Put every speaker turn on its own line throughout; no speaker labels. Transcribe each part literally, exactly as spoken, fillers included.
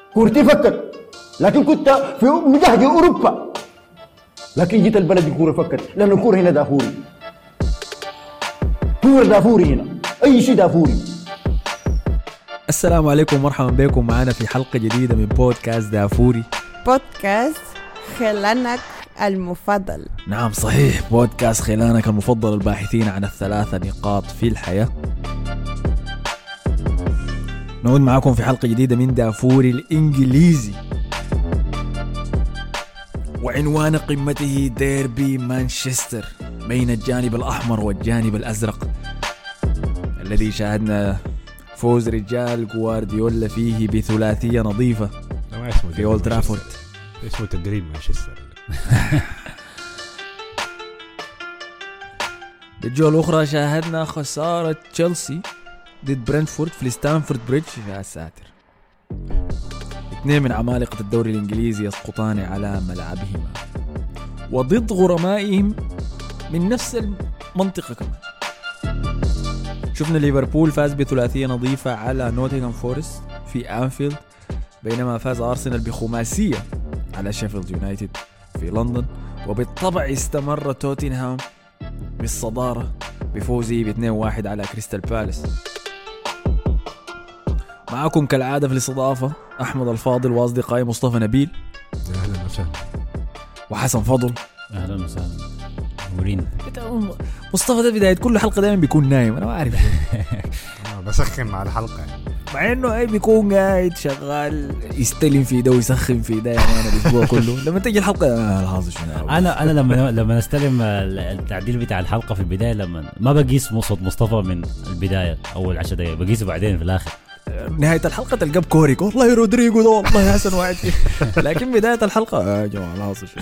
كورتي فكت، لكن كنت في مجهد أوروبا، لكن جيت البلد الكورة فكت لأن الكورة هنا دافوري، كورة دافوري هنا، أي شيء دافوري.
السلام عليكم ومرحبا بكم معنا في حلقة جديدة من بودكاست دافوري،
بودكاست خلانك المفضل.
نعم صحيح، بودكاست خلانك المفضل، الباحثين عن الثلاثة نقاط في الحياة. نعود معكم في حلقة جديدة من دافوري الإنجليزي، وعنوان قمته ديربي مانشستر بين الجانب الأحمر والجانب الأزرق، الذي شاهدنا فوز رجال غوارديولا فيه بثلاثية نظيفة في أولد ترافورد.
اسمه تدريب مانشستر.
بالجولة الأخرى شاهدنا خسارة تشيلسي ضد برنتفورد في ستانفورد بريدج. يا ساتر، اثنين من عمالقة الدوري الإنجليزي يسقطان على ملعبهما وضد غرمائهم من نفس المنطقة كمان. شفنا ليفربول فاز بثلاثية نظيفة على نوتنغهام فورست في أنفيلد، بينما فاز أرسنال بخماسية على شيفيلد يونايتد في لندن. وبالطبع استمر توتنهام بالصدارة بفوزه باثنين واحد على كريستال بالاس. معكم كالعادة في الاستضافة أحمد الفاضل وأصدقائي مصطفى نبيل.
أهلا وسهلا.
وحسن فضل.
أهلا وسهلا. مورين.
مصطفى ده بداية كل حلقة دائما بيكون نايم، أنا ما أعرف.
بسخن مع الحلقة،
مع إنه أي بيكون قاعد شغال يستلم في ده ويسخن في ده، يعني أنا الأسبوع كله لما تيجي الحلقة أنا الحاظ شنو.
أنا أنا لما لما استلم التعديل بتاع الحلقة في البداية، لما ما بقيس صوت مصطفى من البداية أول عشر دقايق، بقيسه بعدين في الآخر.
نهاية الحلقة تلقى بكوريك والله رودريجو ده والله حسن واحد فيه. لكن بداية الحلقة يا جماعة الحظ شنو.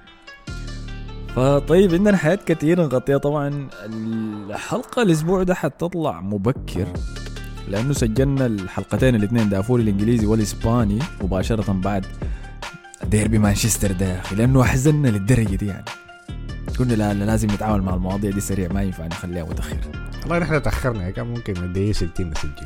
فطيب عندنا حياة كثيرة نغطيها. طبعا الحلقة الأسبوع ده حتطلع مبكر لأنه سجلنا الحلقتين الاثنين دافوري الإنجليزي والإسباني مباشرة بعد ديربي مانشستر ده يا أخي، لأنه أحزننا للدرجة دي. يعني قلنا لا لازم نتعامل مع المواضيع دي سريع، ما ينفع نخليها متأخر.
والله نحن تأخرنا، كان ممكن نديه ستين نسجل.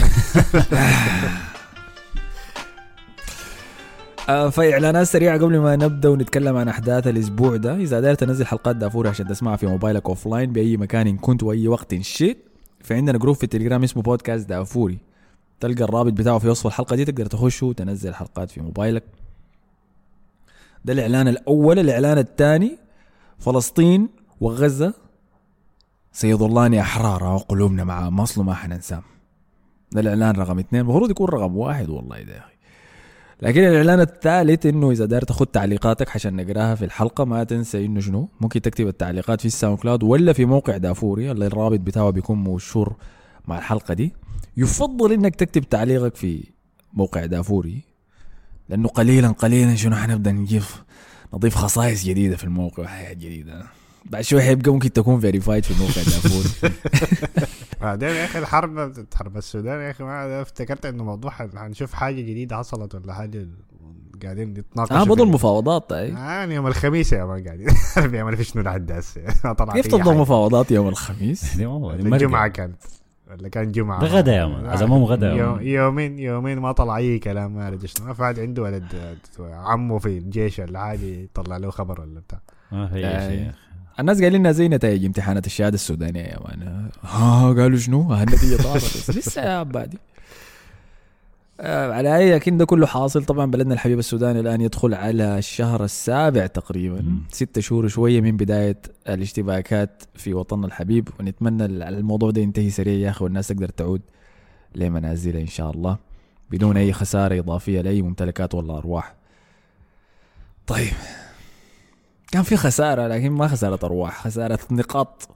فإعلانات سريعة قبل ما نبدأ ونتكلم عن أحداث الأسبوع ده. إذا داير تنزل حلقات دافوري عشان تسمعها في موبايلك أوفلاين بأي مكان كنت وأي وقت شيت، فعندنا جروب في التليجرام اسمه بودكاست دافوري، تلقى الرابط بتاعه في وصف الحلقة دي، تقدر تخشه وتنزل حلقات في موبايلك. ده الإعلان الأول. الإعلان الثاني، فلسطين وغزة سيظلان أحرارا وقلوبنا مع مصل ما حننسام. ده الإعلان رقم اثنين، المفروض يكون رقم واحد والله ده يا أخي. لكن الإعلان الثالث إنه إذا دار تاخد تعليقاتك عشان نقراها في الحلقة، ما تنسى إنه شنو ممكن تكتب التعليقات في الساوند كلاود ولا في موقع دافوري اللي الرابط بتاعه بيكون مشهور مع الحلقة دي. يفضل إنك تكتب تعليقك في موقع دافوري، لأنه قليلا قليلا شنو حنبدأ نجيف نضيف خصائص جديدة في الموقع، حاجات جديدة بعد شوي هيبقى ممكن تكون فيريفايد في موقع دافوري.
بعدين يا أخي الحرب حرب السودان يا أخي، ما افتكرت إنه موضوع هنشوف حاجة جديدة حصلت ولا حاجة قاعدين نتناقش.
آه بدل مفاوضات. أي
آه يوم الخميس يا ما قاعدين بيعمل فيش نور حداس.
كيف تفضل مفاوضات يوم الخميس؟
الجمعة كانت ولا كان جمعة
بغدا يا مان عزمهم غدا
يوم يومين يومين ما طلع أي كلام. ما أدري شنو، ما فاد عنده ولد عمه في الجيش ولا حاجة يطلع له خبر ولا بتاع.
ما في شيء.
الناس قايلين لنا زي نتائج امتحانات الشهادة السودانية يا مان. ها قالوا شنو هالنتيجة طارت لسه يا عبادي. آه على أي أكيد ده كله حاصل. طبعا بلدنا الحبيب السوداني الآن يدخل على الشهر السابع تقريبا، م. ستة شهور شوية من بداية الاشتباكات في وطننا الحبيب، ونتمنى الموضوع ده ينتهي سريع يا أخي، والناس تقدر تعود لمنازلها إن شاء الله بدون أي خسارة إضافية لأي ممتلكات ولا أرواح. طيب كان في خسارة لكن ما خسارة أرواح، خسارة نقاط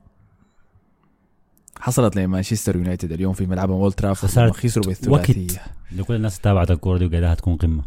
حصلت لمانشستر يونايتد اليوم في ملعب أولد ترافورد، خسروا بالثلاثية.
لكل الناس تابعت الكورة دي وقالها تكون قمة.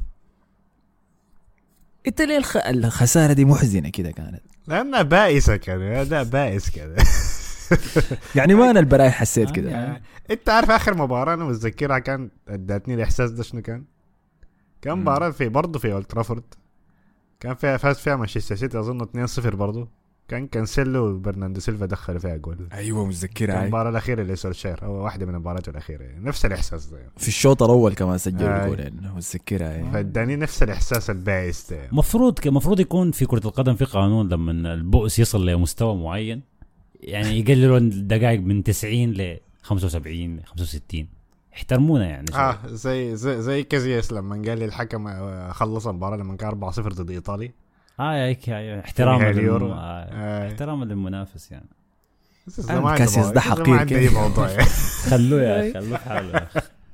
انت ليه الخ... الخسارة دي محزنة كده كانت؟
لأنها بائسة كده، ده بائس كده.
يعني ما أنا البراي حسيت كده.
يعني انت عارف آخر مباراة أنا متذكرها كان ادتني الإحساس ده شنو كان؟ كان مباراة في برضه في أولد ترافورد، كان فيها فاز فيها مانشستر سيتي أظن اثنين صفر برضه كان كانسيلو وبرناردو سيلفا دخلوا فيها جول.
ايوه متذكرها.
المباراة الأخيرة اللي سولشير أو واحدة من المباريات الأخيرة نفس الإحساس ده.
في الشوط الأول كمان سجل
آه.
جولين متذكرها.
فاداني نفس الإحساس البائس ده.
مفروض مفروض يكون في كرة القدم في قانون لما البؤس يصل لمستوى معين يعني يقللوا الدقائق من تسعين ل خمسة وسبعين خمسة وستين. احترمونا يعني.
اه زي زي زي كازياس لما قال لي الحكم خلص المباراة لما كان أربعة صفر ضد إيطاليا.
اه هيك احتراما للم... آه.
آه.
احتراما للمنافس يعني.
كاسياس ده حقير كيف.
خلوه يا خلوه حاله.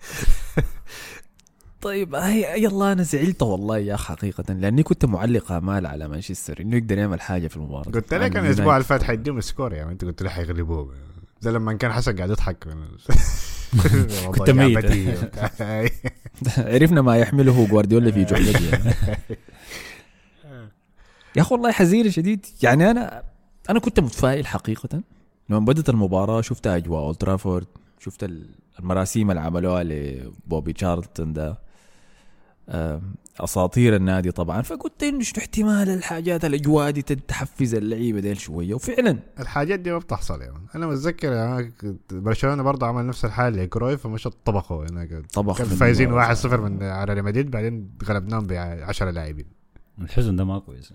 طيب هي يلا انا زعلت والله يا اخي حقيقه لاني كنت معلق امال على مانشستر انه يقدر يعمل حاجه في المباراه.
قلت لك انا الاسبوع اللي فات حيديهم سكور يعني انت قلت لي حيغلبوه زي لما كان حسن قاعد يضحك.
كنت ميت.
عرفنا ما يحمله جوارديولا في جعلته. يا اخي والله حزين شديد يعني. انا انا كنت متفائل حقيقه لما بدت المباراه. شفت اجواء اولد ترافورد شفت المراسيم اللي عملوها لبوبي تشارلتون ده اساطير النادي طبعا. فقلت انه شنو احتمال الحاجات الاجواء دي تحفز اللعيبه ديل شويه وفعلا
الحاجات دي ما بتحصل يعني. انا متذكر يعني برشلونه برضه عمل نفس الحال لكرويف فمش طبخوا هناك طبخ كانوا فايزين واحد صفر من على ريال مدريد بعدين غلبناهم بعشرة لاعبين.
الحزن ده ما كويس.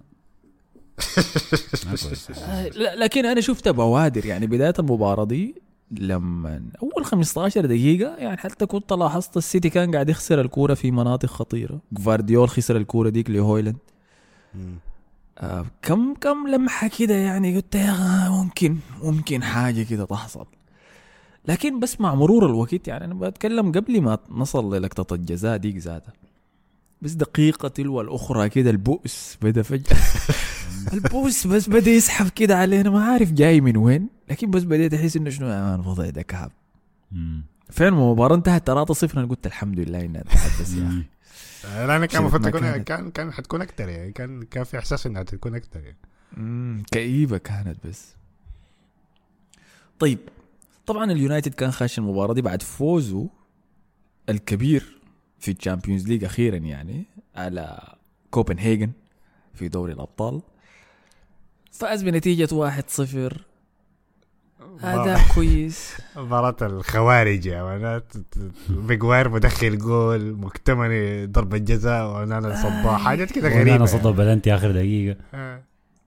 لكن انا شفت بوادر يعني بدايه المباراه دي لما اول خمسة عشر دقيقه يعني حتى كنت لاحظت السيتي كان قاعد يخسر الكوره في مناطق خطيره. جوارديول خسر الكوره ديك لهويلاند. آه كم كم لمحه كده يعني قلت يا ممكن ممكن حاجه كده تحصل. لكن بس مع مرور الوقت يعني انا بتكلم قبل ما نصل للقطه الجزاء ديك ذاتها بس دقيقه تلو الاخرى كده البؤس بدا فجاه. البوس بس بدأ يسحب كده علينا ما عارف جاي من وين. لكن بس بديت أحس إنه شنو أمان وضع ده كعب. فين المباراة انتهت ثلاثة صفر أنا قلت الحمد لله إنها تحدث يا أخي.
أنا كان مفروض تكون كان كان حتكون أكتر يعني كان كان في إحساس إنها تكون أكتر يعني.
امم كئيبة كانت بس. طيب طبعا اليونايتد كان خاش المباراة دي بعد فوزه الكبير في الشامبيونز ليج أخيرا يعني على كوبنهاجن في دوري الأبطال. فاز بنتيجة واحد صفر. هذا كويس.
مباراة الخوارج يا ولد. بيغوير مدخل جول مكتمل ضربة جزاء ونانا صباح حاجات كده غريبة.
أنا صدق بلنتي آخر دقيقة.
آه.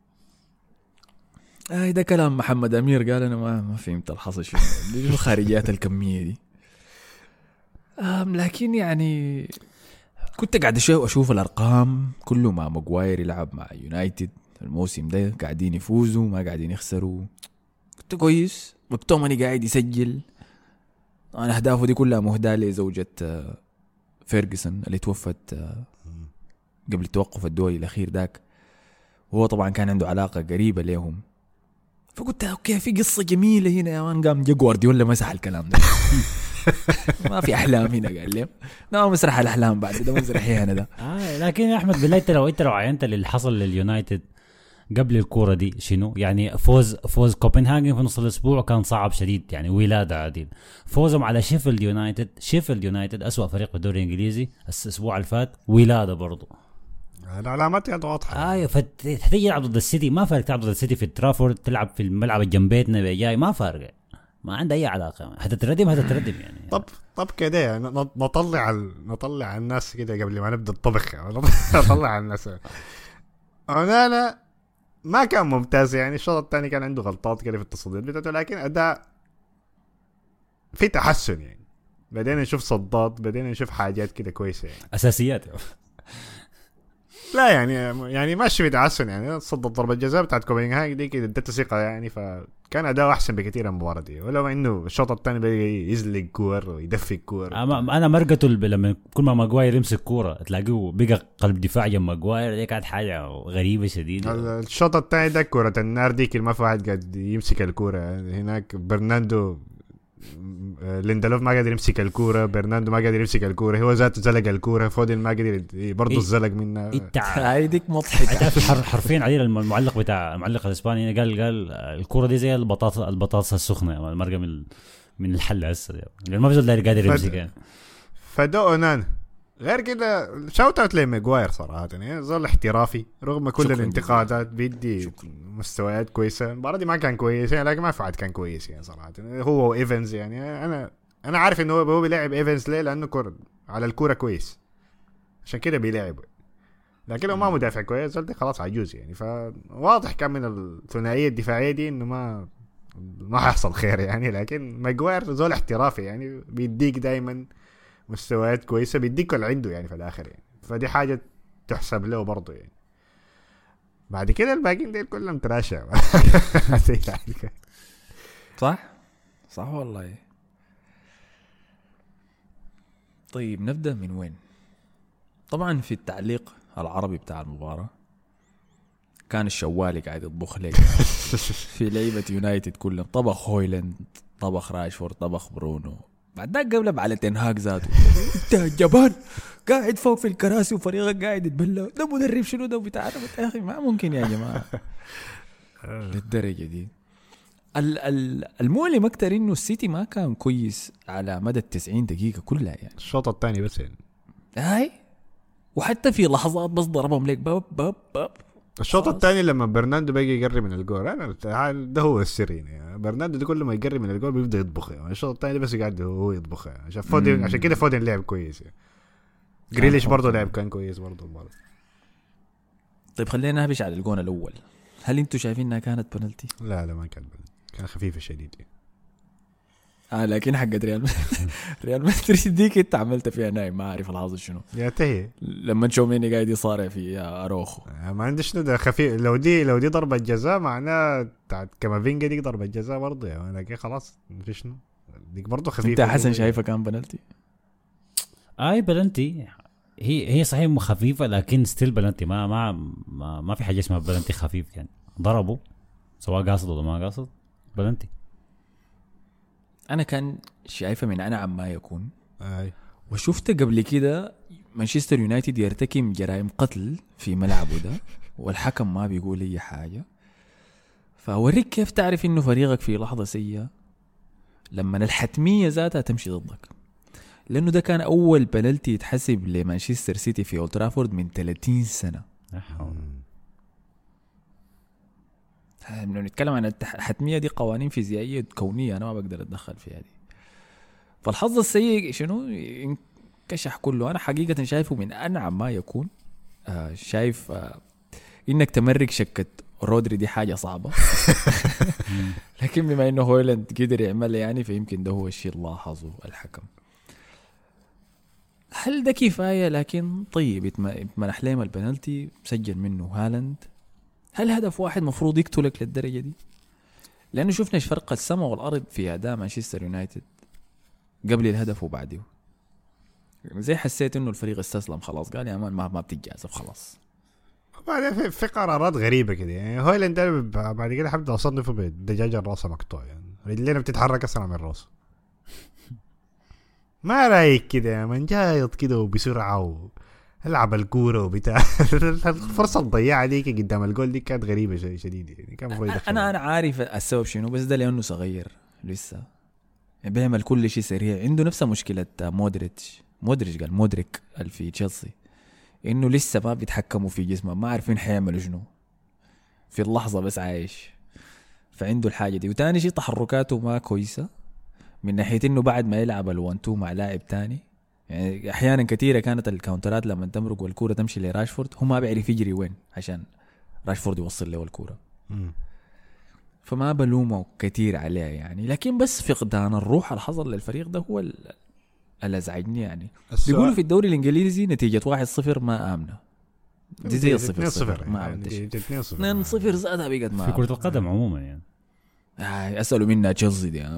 آه ده كلام محمد أمير قال أنا ما ما فهمت الحصل شنو دي الخارجيات الكمية دي. آم لكن يعني كنت قاعد شوي أشوف الأرقام كله مع ماغواير يلعب مع يونايتد الموسم ده قاعدين يفوزوا ما قاعدين يخسروا. كنت كويس. مكتومني قاعد يسجل. أنا أهدافه دي كلها مهداة لزوجة فيرغسون اللي توفت قبل التوقف الدولي الأخير داك. وهو طبعا كان عنده علاقة قريبة لهم. فقلت أوكي في قصة جميلة هنا يا مان. قام جا جوارديولا مسح الكلام ده. ما في أحلام هنا قال لي ده مسرح الأحلام بعد ده مسرحي هنا ده.
آه لكن يا أحمد بالله أنت لو أنت لو عينت اللي حصل لليونايتد قبل الكورة دي شنو يعني فوز فوز كوبنهاجن في نص الأسبوع كان صعب شديد يعني ولادة عديد. فوزهم على شيفيلد يونايتد. شيفيلد يونايتد أسوأ فريق في الدوري الإنجليزي الأسبوع اللي فات ولادة برضو.
العلامات يعني واضحة.
آه فتحتاج تلعب ضد السيتي ما فارق تلعب ضد السيتي في الترافورد تلعب في الملعب الجنبيتنا بيجاي ما فارق ما عنده أي علاقة هتتردم هتتردم يعني.
طب طب كده يعني نطلع نطلع الناس كده قبل ما نبدأ الطبخ نطلع الناس. أنا لا ما كان ممتاز يعني. الشوط الثاني كان عنده غلطات كده في التصديات بتاعته لكن أداء في تحسن يعني. بدينا نشوف صدات بدينا نشوف حاجات كده كويسة يعني.
أساسيات
لا يعني يعني ماشي في تحسن يعني. صد ضربة الجزاء بتاعت كوبنهاجن دي كده ادت ثقة يعني. فكان أداء أحسن بكثير المباراة دي ولو إنه الشوط الثاني بيجي يزلق كور ويدفق كور.
أنا مرقته لما كل ما ماغواير يمسك كورة تلاقيه بقى قلب دفاع جنب ماغواير. دي كانت حاجة غريبة شديدة.
الشوط الثاني ده كورة النار دي كل ما في واحد قاعد يمسك الكورة هناك. برناندو ليندلوف ما قادر يمسك الكورة. برناندو ما قادر يمسك الكورة. هو ذاته زلق الكورة. فودن ما قادر برضه الزلق منها.
هايديك مضحك. حرفيا عديل المعلق بتاع المعلق الإسباني قال قال الكورة دي زي البطاطس البطاطس السخنة المرقة من من الحل هسه يعني ما بيزول قادر يمسك يعني.
فدو أونان غير كده شاوت اوت لماجواير صراحه يعني ظل احترافي رغم كل الانتقادات بيدي مستويات كويسه. المباراه دي ما كان كويس يعني لكن ما فعد كان كويس يعني صراحه. هو ايفنز يعني انا انا عارف انه هو بيلعب ايفنز ليه لانه كر على الكوره كويس عشان كده بيلعب لكن هو ما مدافع كويس زلت خلاص عجوز يعني. فواضح كان من الثنائيه الدفاعيه دي انه ما ما هيحصل خير يعني. لكن ماجواير زول احترافي يعني بيديك دايما مستويات كويسه بيديك اللي عنده يعني في الاخر يعني. فدي حاجه تحسب له برضه يعني. بعد كده الباقيين ديل كلهم تراشع
صح صح والله. طيب نبدأ من وين؟ طبعا في التعليق العربي بتاع المباراة كان الشوالي قاعد يطبخ لك في لعيبة يونايتد كلهم. طبخ هويلاند، طبخ راشفورد، طبخ برونو. بعد ذاك قبل على تنهاك ذاته انت جبان قاعد فوق في الكراسي وفريقك قاعد يتبلى. ده مدرب شنو ده بتاع يا اخي ما ممكن يا جماعة للدرجة دي. المؤلم اكتر انه السيتي ما كان كويس على مدى التسعين دقيقة كلها يعني.
الشوط الثاني بس يعني
هاي وحتى في لحظات بس ضربهم ليك باب باب باب.
الشوط الثاني لما برناندو بيجي يقرب من الجول انا ده هو السر يعني. برناندو ده كل ما يقرب من الجول بيبدا يطبخ يعني. الشوط الثاني بس قاعد هو يطبخ يعني. عشان فودن عشان كده فودن لعب كويس يعني. جريليش برضه لعب كان كويس برضه المباراة.
طيب خلينا نهبش على الجون الاول. هل انتم شايفين انها كانت بنالتي؟
لا لا ما كان بنالتي كان خفيفه شديد يعني.
اه لكن حقت ريال ريال مدريد ديك انت عملت فيها نايم ما عارف الحظ شنو
يا تهي
لما تشوميني قاعد يصارع في اروخو.
ما عندش شنو ده خفيف. لو دي لو دي ضربه جزاء معناه بتاعت كامافينجا دي ضربه جزاء برضه يعني. لكن خلاص ما شنو ديك برضه خفيفه.
انت حسن شايفه كان بنالتي؟
اي بلنتي هي هي صحيح خفيفه لكن ستيل بلنتي. ما ما ما, ما في حاجه اسمها بلنتي خفيف يعني. ضربوا سواء قاصد ولا ما قاصد بلنتي.
انا كان شايفه من انعم ما يكون.
اي
وشفت قبل كده مانشستر يونايتد يرتكب جرائم قتل في ملعبه ده والحكم ما بيقول اي حاجه. فاوريك كيف تعرف انه فريقك في لحظه سيئه لما الحتميه ذاتها تمشي ضدك. لانه ده كان اول بلنتي يتحسب لمانشستر سيتي في اولد ترافورد من ثلاثين سنه. نتكلم عن الحتميه دي قوانين فيزيائيه كونيه انا ما بقدر اتدخل فيها دي. فالحظ السيء شنو انكشح كله. انا حقيقه شايفه من انعم ما يكون. آه شايف آه انك تمرق شكه رودري دي حاجه صعبه لكن بما انه هويلاند قدر يعمل يعني فيمكن ده هو الشيء اللي لاحظه الحكم. هل ده كفايه؟ لكن طيب يتمنح لهم البنالتي سجل منه هالاند. هل هدف واحد مفروض يقتلك للدرجة دي؟ لأنه شفنا فرق السماء والأرض في أداء مانشستر يونايتد قبل الهدف وبعده. زي حسيت إنه الفريق استسلم خلاص قال يا مان ما ما بتتجازف خلاص.
بعدين في قرارات غريبة كده يعني. هويلاند بعد كده حبدا أصنفه بدجاجة راسه مقطوع يعني. رجلينا بتتحرك أسرع من راسه. ما رايك كده يا من جايط كده وبسرعة و العب الكوره وبتاع. الفرصه الضيعه دي قدام الجول دي كانت غريبه شديده يعني. كان المفروض يدخل.
انا انا عارف السبب شنو بس ده لانه صغير لسه بيعمل كل شيء سريع. عنده نفس مشكله مودريتش مودريتش قال مودريك في تشيلسي انه لسه ما بيتحكموا في جسمه ما عارفين حيعملوا شنو في اللحظه بس عايش. فعنده الحاجه دي. وتاني شيء تحركاته ما كويسه من ناحيه انه بعد ما يلعب الوان تو مع لاعب تاني يعني. احيانا كثيره كانت الكاونترات لما تمرق والكوره تمشي لراشفورد هو ما بيعرف يجري وين عشان راشفورد يوصل له الكوره. فما بلومه كثير عليه يعني. لكن بس فقدان الروح اللي حصل للفريق ده هو اللي ازعجني يعني. بيقولوا في الدوري الانجليزي نتيجه واحد صفر ما امنه. دي زي الصفر صفر ما عملتش اثنين صفر زادها بقت ما
في كره القدم عموما يعني.
آه اسالوا منا تشيلسي دي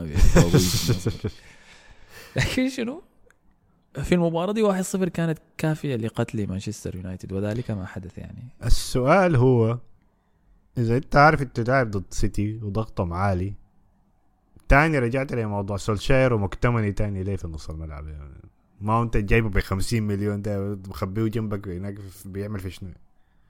لكن شنو في المباراة دي واحد صفر كانت كافية لقتل مانشستر يونايتد وذلك ما حدث يعني.
السؤال هو إذا أنت عارف أنت لاعب ضد سيتي وضغطهم عالي تاني رجعت لي موضوع سولشاير ومكتمني تاني ليه في نص الملعب يعني. ما أنت جايبه بخمسين مليون ده مخبيه جنبك هناك بيعمل في شنو.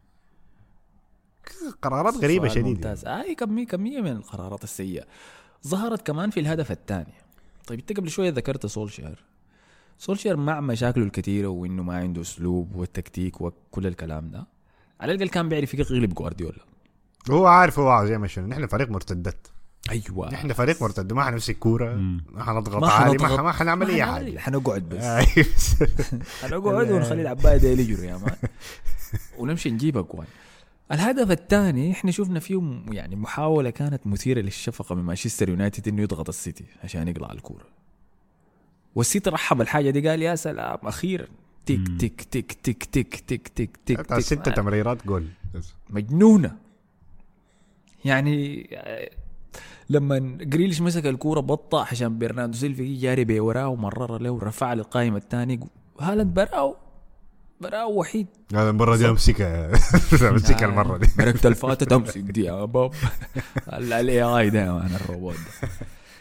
قرارات غريبة شديدة.
ممتاز. آه كمية كمية من القرارات السيئة ظهرت كمان في الهدف الثاني. طيب أنت قبل شوية ذكرت سولشاير. سولشير مع مشاكله الكثيرة وإنه ما عنده أسلوب والتكتيك وكل الكلام ده، على الأقل كان بيعرف يغلب جوارديولا.
هو عارف هو عاوز يعمل شنو. نحن فريق مرتدات.
أيوة
نحن فريق مرتد، ما حنمسك كورة، ما حنضغط
ما
عالي،
حنضغط.
ما ما حنعمل أي حاجة.
حنقعد بس
أيوة.
حنقعد ونخلي العباية دي يجروا يا مان ونمشي نجيب أجوان. الهدف الثاني احنا شفنا فيه م- يعني محاولة كانت مثيرة للشفقة من مانشستر يونايتد انه يضغط السيتي عشان يقلع الكورة، والسيتي رحب الحاجة دي قال يا سلام أخيرا تك تك تك تك تك تك تك تك
بتاع ستة
تك
تمريرات جول.
مجنونة يعني. لما جريليش مسك الكورة بطأ عشان برناردو سيلفا جاري بوراه ومرر له ورفع للقائمة الثاني. هالاند براو براو وحيد
هذا المرة دي أمسكها أمسكها المرة دي.
مركت الفاتة تمسك دي يا باب. الاي اي ده انا الروبوت ده.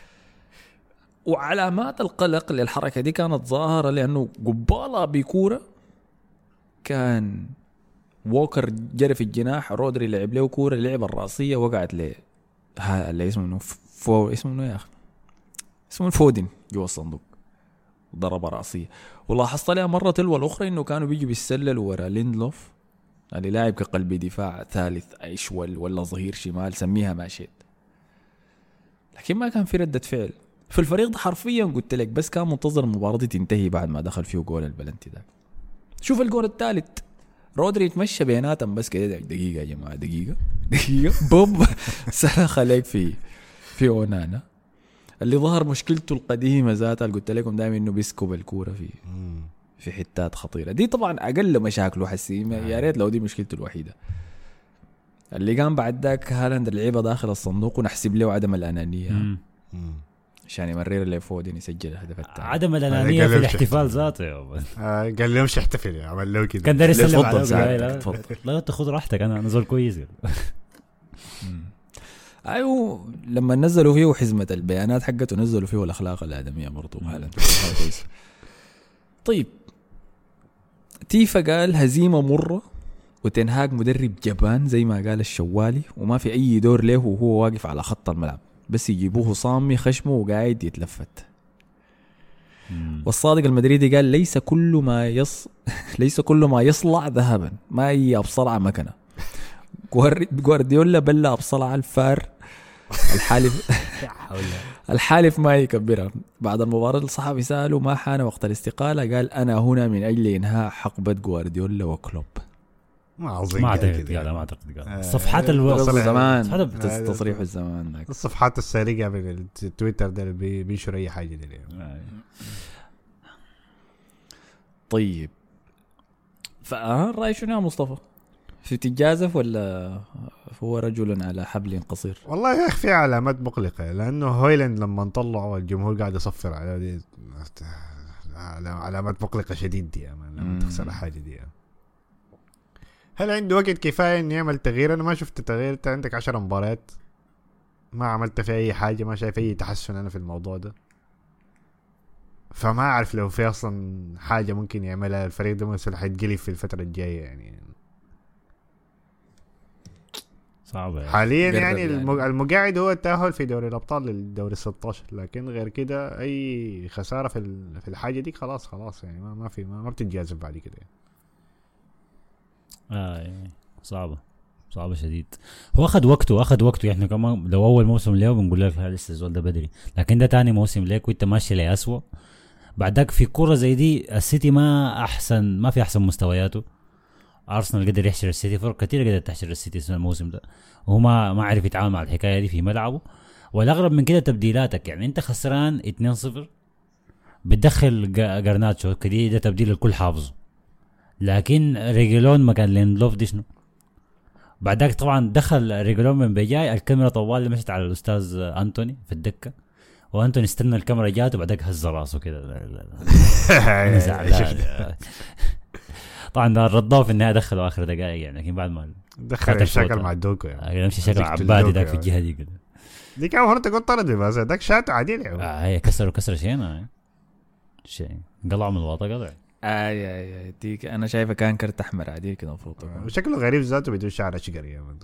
وعلامات القلق للحركة دي كانت ظاهرة لأنه قبالة بكورة كان ووكر جري في الجناح، رودري لعب له كورة لعب الرأسية وقعت له ها اللي اسمه منه فو اسمه منه يا أخي اسمه فودن جوا الصندوق ضرب رأسية. ولاحظت لها مرة تلو الأخرى إنه كانوا بيجوا بيسللوا ورا ليندلوف اللي لاعب كقلب دفاع ثالث أيشول ولا ظهير شمال سميها ما شئت، لكن ما كان في ردة فعل في الفريق ده حرفيا. قلت لك بس كان منتظر المباراة تنتهي بعد ما دخل فيه جول البلنتي ده. شوف الجول الثالث رودري يتمشى بيناتهم بس كده دقيقة يا جماعة دقيقة دقيقة بوب سرخ عليك في في اونانا اللي ظهر مشكلته القديمة ذاتها اللي قلت لكم دائما انه بيسكب الكورة في في حتات خطيرة. دي طبعا اقل مشاكله حسي، يا ريت لو دي مشكلته الوحيدة. اللي قام بعد ذاك هالاند اللعيبة داخل الصندوق ونحسب له عدم الأنانية عشان يمرر اللي فودين يسجل الهدف الثاني.
عدم الأنانية في الاحتفال ذاته يا
آه قال لي مش احتفل عمل له كده.
كان داري يسلم على
لا
لا تاخذ راحتك انا نزول كويس.
ايوه لما نزلوا فيه حزمة البيانات حقته نزلوا فيه الأخلاق الآدمية برضو هالاند. طيب تيفا قال هزيمة مرة وتنهاج مدرب جبان زي ما قال الشوالي وما في أي دور له وهو واقف على خط الملعب بس يجيبوه صامي خشمه وقاعد يتلفت. والصادق المدريدي قال ليس كل ما يص ليس كل ما يصلع ذهبا، ما هي أبصلع مكنه. جوارديولا بلا أبصلع الفار الحالف الحالف ما يكبرها. بعد المباراة الصحفي سأله ما حان وقت الاستقالة قال أنا هنا من أجل إنهاء حقبة جوارديولا وكلوب.
ما أظن
ما أعتقد قال ما أعتقد قال صفحات الوصف
زمان تصريح الزمان
الصفحات السارقة من التويتر ده اللي بينشر أي حاجة دي.
طيب فالرأي شنو يا مصطفى؟ في تجازف ولا هو رجل على حبل قصير؟
والله يا أخي في علامات مقلقة لأنه هويلاند لما طلعوا الجمهور قاعد يصفر على دي علامات مقلقة شديد دي لما تخسر حاجة دي. هل عنده وقت كفاية إن يعمل تغيير؟ أنا ما شفت تغيير. أنت عندك عشر مباريات ما عملت في أي حاجة، ما شايف أي تحسن أنا في الموضوع ده. فما أعرف لو في أصلا حاجة ممكن يعملها الفريق ده مثلا حيتقلب في الفترة الجاية يعني.
صعبة
حاليا يعني, يعني المقاعد هو التأهل في دوري الأبطال للدوري ستة عشر، لكن غير كده أي خسارة في في الحاجة دي خلاص خلاص يعني ما ما في ما, ما بتتجازف بعد كده يعني.
آه يعني صعبة صعبة شديد. هو أخذ وقته أخذ وقته يعني كمان لو أول موسم له بنقول لك لسه الزول ده بدري، لكن ده تاني موسم ليك وأنت ماشي لأسوأ. بعدك في كرة زي دي السيتي ما أحسن ما في أحسن مستوياته. أرسنال قدر يحشر السيتي، فرق كتير قدر تحشر السيتي السنة الموسم ده وهو ما ما عرف يتعامل مع الحكاية دي في ملعبه. والأغرب من كده تبديلاتك، يعني أنت خسران اثنين صفر بتدخل غارناتشو كده، ده تبديل الكل حافظه، لكن ريجلون مكان ليندلوف دي شنو. بعدك طبعا دخل ريجلون من بجاي الكاميرا طوال مشت على الأستاذ أنتوني في الدكة، وأنتوني استنى الكاميرا جات وبعدك هز راسه كده طبعا ده الرضاو في النهاية دخلوا آخر دقائق يعني، لكن بعد ما
دخل الشكل مع الدوكو يعني
يمشي شكل عبادي داك في الجهة دي كده.
دي كان مرة تقول طرد بس داك شات عادي يعني.
آه هي كسروا كسر شينا شيء قلعوا من الواطة قلع.
اي اي ديك انا شايفه كان كرت احمر عادي كده المفروض.
شكله غريب ذاته بدون شعر اشقر يعني.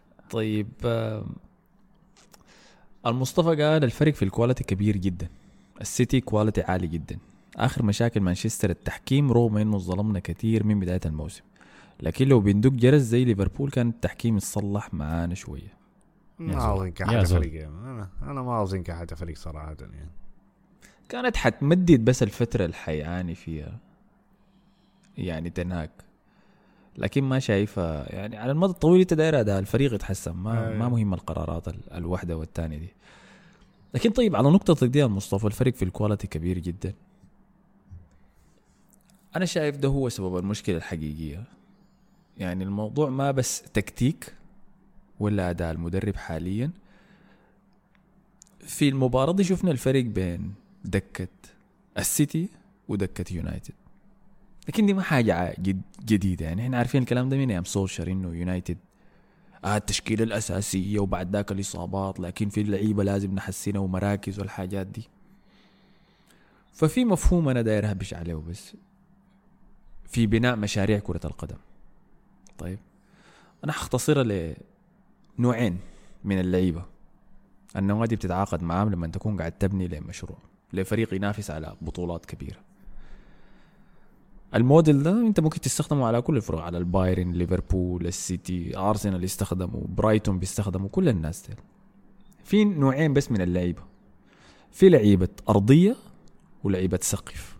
طيب المصطفى قال الفرق في الكواليتي كبير جدا السيتي كواليتي عالي جدا. آخر مشاكل مانشستر التحكيم، رغم إنه ظلمنا كتير من بداية الموسم، لكن لو بندق جرس زي ليفربول كان التحكيم يتصلح معانا شوية.
ما أظن كحاجة فريق، أنا أنا ما أظن كحاجة فريق صراحة يعني.
كانت حتمدد بس الفترة الحيعاني فيها يعني تنهاك، لكن ما شايفها يعني على المدى الطويل. انت داير ده الفريق يتحسن، ما
أيه.
ما مهم القرارات الواحدة والثانية دي. لكن طيب على نقطة دي مصطفى، الفرق في الكواليتي كبير جدا. أنا شايف ده هو سبب المشكلة الحقيقية. يعني الموضوع ما بس تكتيك ولا أداء المدرب حاليا. في المباراة دي شفنا الفرق بين دكة السيتي ودكة يونايتد، لكن دي ما حاجة جد جديدة. يعني احنا عارفين الكلام ده من ايام سولشر، انه يونايتد آه التشكيلة الأساسية وبعد ذاك الإصابات، لكن في اللعيبة لازم نحسنها ومراكز والحاجات دي. ففي مفهوم أنا داير هبش عليه بس في بناء مشاريع كرة القدم. طيب أنا هختصرها لنوعين من اللعيبة. النوادي بتتعاقد معهم لما تكون قاعد تبني لمشروع لفريق ينافس على بطولات كبيرة. الموديل ده انت ممكن تستخدمه على كل الفرق، على البايرن، ليفربول، السيتي، ارسنال يستخدموا، برايتون بيستخدموا، كل الناس دي. في نوعين بس من اللعيبة، في لعيبة أرضية ولعيبة سقف.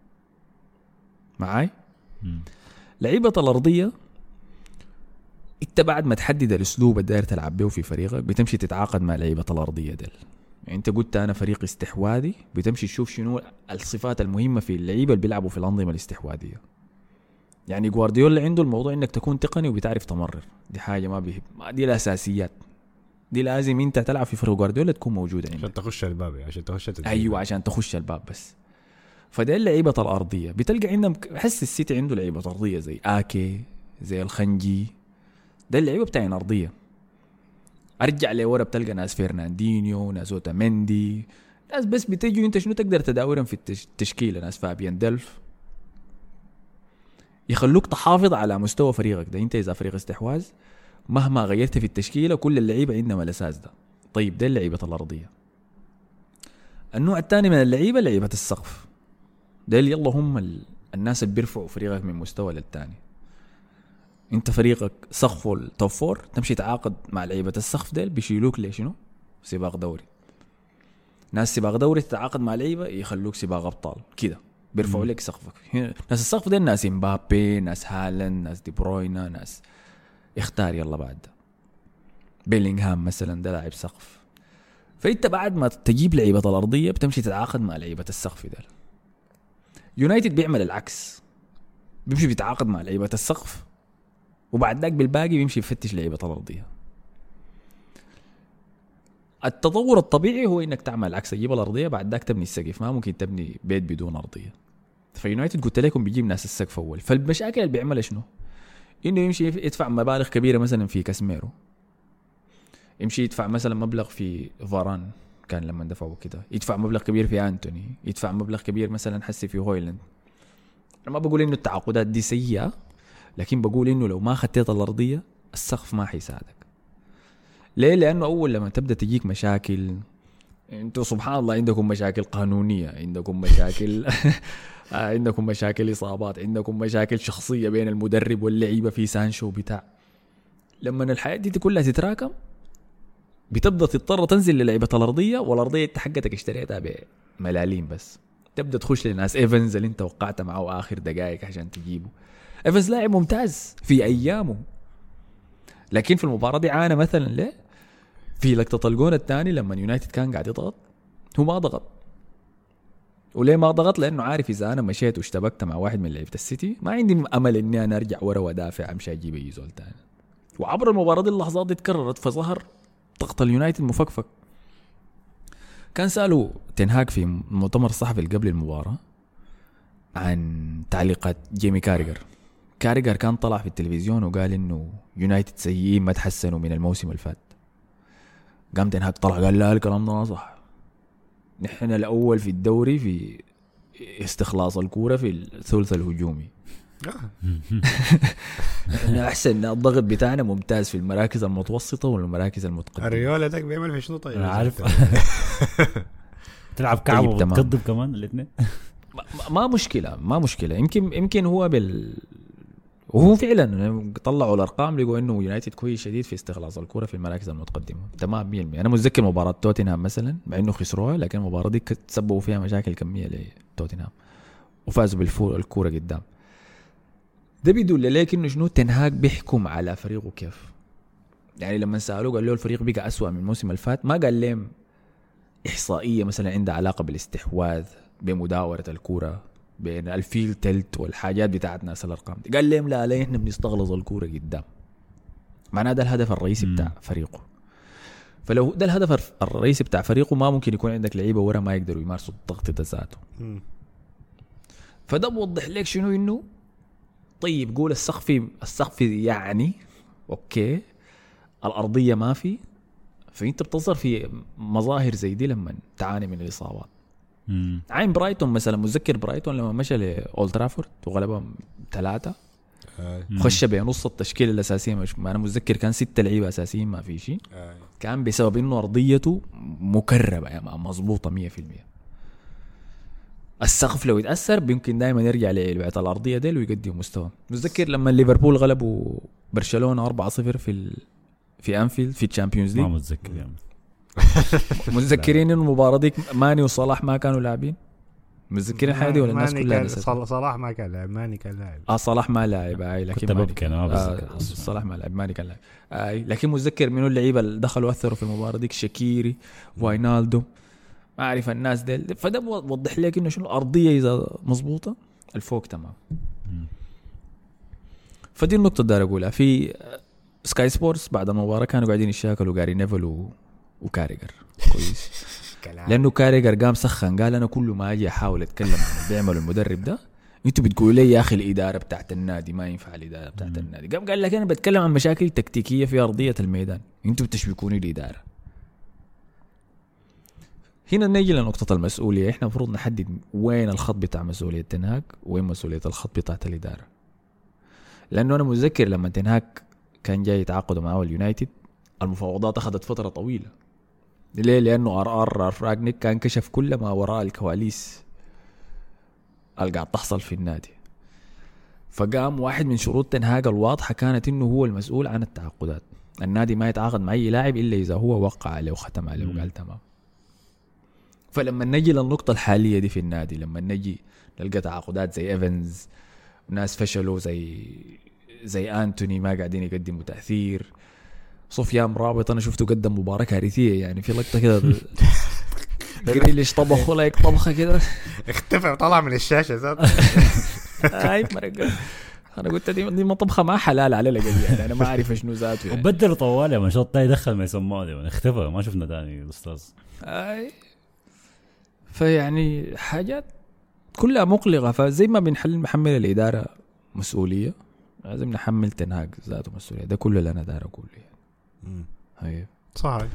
معاي؟ لعيبة الأرضية انت بعد ما تحدد الاسلوب الداير تلعب به في فريقك بتمشي تتعاقد مع لعيبة الأرضية دل. يعني انت قلت انا فريق استحواذي، بتمشي تشوف شنو الصفات المهمة في اللعيبة اللي بيلعبوا في الأنظمة الاستحواذية. يعني جوارديولا عنده الموضوع انك تكون تقني وبتعرف تمرر، دي حاجة ما بيهب، دي الأساسيات، دي لازم انت تلعب في فريق جوارديولا تكون موجودة عندك
عشان تخش الباب، عشان تخش التدريب.
ايوه عشان تخش الباب بس. فده اللعيبة الأرضية بتلقى عندهم. حس السيتي عنده لعيبة أرضية زي آكي، زي الخنجي، ده اللعيبة بتاعين أرضية. أرجع لورا بتلقى ناس فيرناندينيو، ناس اوتاميندي، ناس بس بتيجوا انت شنو تقدر تداورهم في التشكيلة، ناس فابيان دلف، يخلوك تحافظ على مستوى فريقك ده. انت إذا فريق استحواذ مهما غيرت في التشكيلة كل اللعيبة عندهم الأساس ده. طيب ده اللعيبة الأرضية. النوع الثاني من اللعيبة لعيبة السقف، ده اللي يلا هم ال... الناس اللي بيرفعوا فريقك من مستوى للتاني. انت فريقك سقفه التوب فور، تمشي تعاقد مع لعيبة السقف ده بيشيلوك ليه شنو سباق دوري. ناس سباق دوري تتعاقد مع لعيبة يخلوك سباق أبطال كده، بيرفعوا لك سقفك. ناس السقف ده ناس امبابي، ناس هالاند، ناس دي بروينا، ناس اختار يلا بعد ده. بيلينغهام مثلا ده لاعب سقف. فانت بعد ما تجيب لعيبة الأرضية بتمشي تتعاقد مع لعيبة السقف ده. يونايتد بيعمل العكس، بيمشي بيتعاقد مع لعيبة السقف وبعد ذاك بالباقي بيمشي يفتش لعيبة الأرضية. التطور الطبيعي هو انك تعمل العكس، تجيب الأرضية بعد ذاك تبني السقف. ما ممكن تبني بيت بدون أرضية. فيونايتد قلت لكم بيجيب ناس السقف أول. فالمشاكل اللي بيعملها شنو؟ إنه يمشي يدفع مبالغ كبيرة مثلا في كاسميرو، يمشي يدفع مثلا مبلغ في فاران كان لما دفعوا كده، يدفع مبلغ كبير في أنتوني، يدفع مبلغ كبير مثلا حسي في هويلاند. أنا ما بقول إنه التعاقدات دي سيئة، لكن بقول إنه لو ما خطيت الأرضية السقف ما حيساعدك. ليه؟ لأنه أول لما تبدأ تجيك مشاكل، أنتوا سبحان الله عندكم مشاكل قانونية، عندكم مشاكل عندكم مشاكل إصابات، عندكم مشاكل شخصية بين المدرب واللعيبة في سانشو بتاع. لما الحياة دي كلها تتراكم بتبدأ تضطر تنزل للعبة الأرضية، والأرضية حقتك اشتريتها بملالين بس. تبدأ تخش لناس إيفنز اللي انت وقعت معه آخر دقائق عشان تجيبه. إيفنز لاعب ممتاز في أيامه، لكن في المباراة دي عانى مثلا. ليه؟ في لقطة الجون الثاني لما يونايتد كان قاعد يضغط هو ما ضغط. وليه ما ضغط؟ لأنه عارف إذا أنا مشيت واشتبكت مع واحد من لعيبة السيتي ما عندي أمل إني أنا أرجع ورا ودافع أمشي أجيب أي زول تاني. وعبر المباراة دي اللحظات دي تكررت، فظهر ضغط اليونايتد مفكفك. كان سألوا تنهاك في مؤتمر الصحفي قبل المباراة عن تعليقات جيمي كاريجر. كاريجر كان طلع في التلفزيون وقال إنه يونايتد سيئين ما تحسنوا من الموسم الفات. قام تنهاك طلع قال لا الكلام ده صح، نحن الأول في الدوري في استخلاص الكورة في الثلث الهجومي. احنا احسن، الضغط بتاعنا ممتاز في المراكز المتوسطة والمراكز المتقدمة.
الريولا ده بيعمل في شنو طيب؟
انا عارف تلعب كعب
طيب، تمام.
وتكذب كمان الاثنين.
ما- ما مشكله ما مشكله يمكن يمكن هو بال وهو فعلا طلعوا الارقام لقوا انه يونايتد كويس شديد في استخلاص الكره في المراكز المتقدمه تمام مية بالمية. انا متذكر مباراه توتنهام مثلا مع انه خسروها لكن المباراه دي تسببوا فيها مشاكل كميه لتوتنهام وفازوا بالفور الكوره قدام. ده بيدل لك انه شنو تنهاج بيحكم على فريقه كيف. يعني لما سالوه قال له الفريق بقى اسوأ من الموسم اللي فات ما قال لهم احصائيه مثلا عندها علاقه بالاستحواذ بمداوره الكوره بين الفيل تلت والحاجات بتاعت ناس الارقام دي. قال لهم لا لا احنا بنستغلظ الكوره قدام. معناه ده الهدف الرئيسي بتاع فريقه. فلو ده الهدف الرئيسي بتاع فريقه ما ممكن يكون عندك لعيبه ورا ما يقدروا يمارسوا الضغط ده ذاته. فده بوضح لك شنو انه طيب قول السقف السقف يعني اوكي الارضيه ما في. فانت بتظهر في مظاهر زي دي لما تعاني من الاصابات.
مم.
عين برايتون مثلا متذكر برايتون لما مشى لاولد ترافورد وغلبهم ثلاثه خش بنص التشكيله الاساسيه مش انا متذكر كان ستة لعيبه اساسيين ما في شيء كان بسبب انه ارضيته مكربه يعني مظبوطه مية بالمية. السقف لو يتاثر يمكن دائما يرجع للعبه الارضيه دي ويقدم مستوى. متذكر لما ليفربول غلبوا برشلونه أربعة صفر في ال... في انفيلد في الشامبيونز ليج
ما متذكر يعني.
متذكرين انه المباراه دي ماني وصلاح ما كانوا لاعبين. متذكرين الحاجه دي ولا الناس كلها نسيت؟
صلاح ما كان لاعب ماني كان لاعب.
اه صلاح ما لاعب اي لكن
كنت ببكي انا ما بتذكر.
آه صلاح ما لاعب ماني كان لاعب اي لكن متذكر منو اللعيبه اللي دخلوا اثروا في المباراه ديك شاكيري واينالدو ما اعرف الناس ديل. فده بوضح لك انه شنو الارضيه اذا مزبوطه الفوق تمام. فدي النقطه اللي داير اقولها. في سكاي سبورتس بعد المباراه كانوا قاعدين يشاكلوا جاري نيفل و... وكاريجر كويس لانه كاريجر قام سخن قال انا كل ما اجي احاول اتكلم عن اللي بيعمله المدرب ده انتوا بتقولوا لي يا اخي الاداره بتاعت النادي ما ينفع الاداره بتاعت النادي. قام قال لك انا بتكلم عن مشاكل تكتيكيه في ارضيه الميدان انتوا بتشبكوني الاداره. هنا نيجي لنقطه المسؤوليه. احنا المفروض نحدد وين الخط بتاع مسؤوليه تنهاج وين مسؤوليه الخط بتاعت الاداره. لانه انا متذكر لما تنهاج كان جاي يتعاقدوا معه اليونايتد المفاوضات اخذت فتره طويله. ليه؟ لانه ار ار راجنيك كان كشف كل ما وراء الكواليس اللي قاعد تحصل في النادي. فقام واحد من شروط تنهاج الواضحه كانت انه هو المسؤول عن التعاقدات. النادي ما يتعاقد مع اي لاعب الا اذا هو وقع عليه وختم عليه وقال تمام. فلما نجي للنقطه الحاليه دي في النادي لما نجي نلقى تعاقدات زي ايفنز وناس فشلوا زي زي أنتوني ما قاعدين يقدموا تأثير. سفيان رابط أنا شفته قدم مباراة كارثية يعني في لقطة كده جريليش طبخ ولا طبخة كده
اختفى وطلع من الشاشة ذات.
هاي مرقة أنا قلت دي دي ما طبخة ما حلال على لقى يعني أنا ما أعرف شنو ذاته يعني.
وبدل طوالي ما شاط تاني دخل ما يسمعه دي اختفى ما شفنا تاني الأستاذ.
هاي فيعني حاجات كلها مقلقة. فزي ما بنحل محمل الإدارة مسؤولية لازم نحمل تنهاج ذاته مسؤولية. ده كله اللي أنا داير أقوله يعني. هاي
صحيح.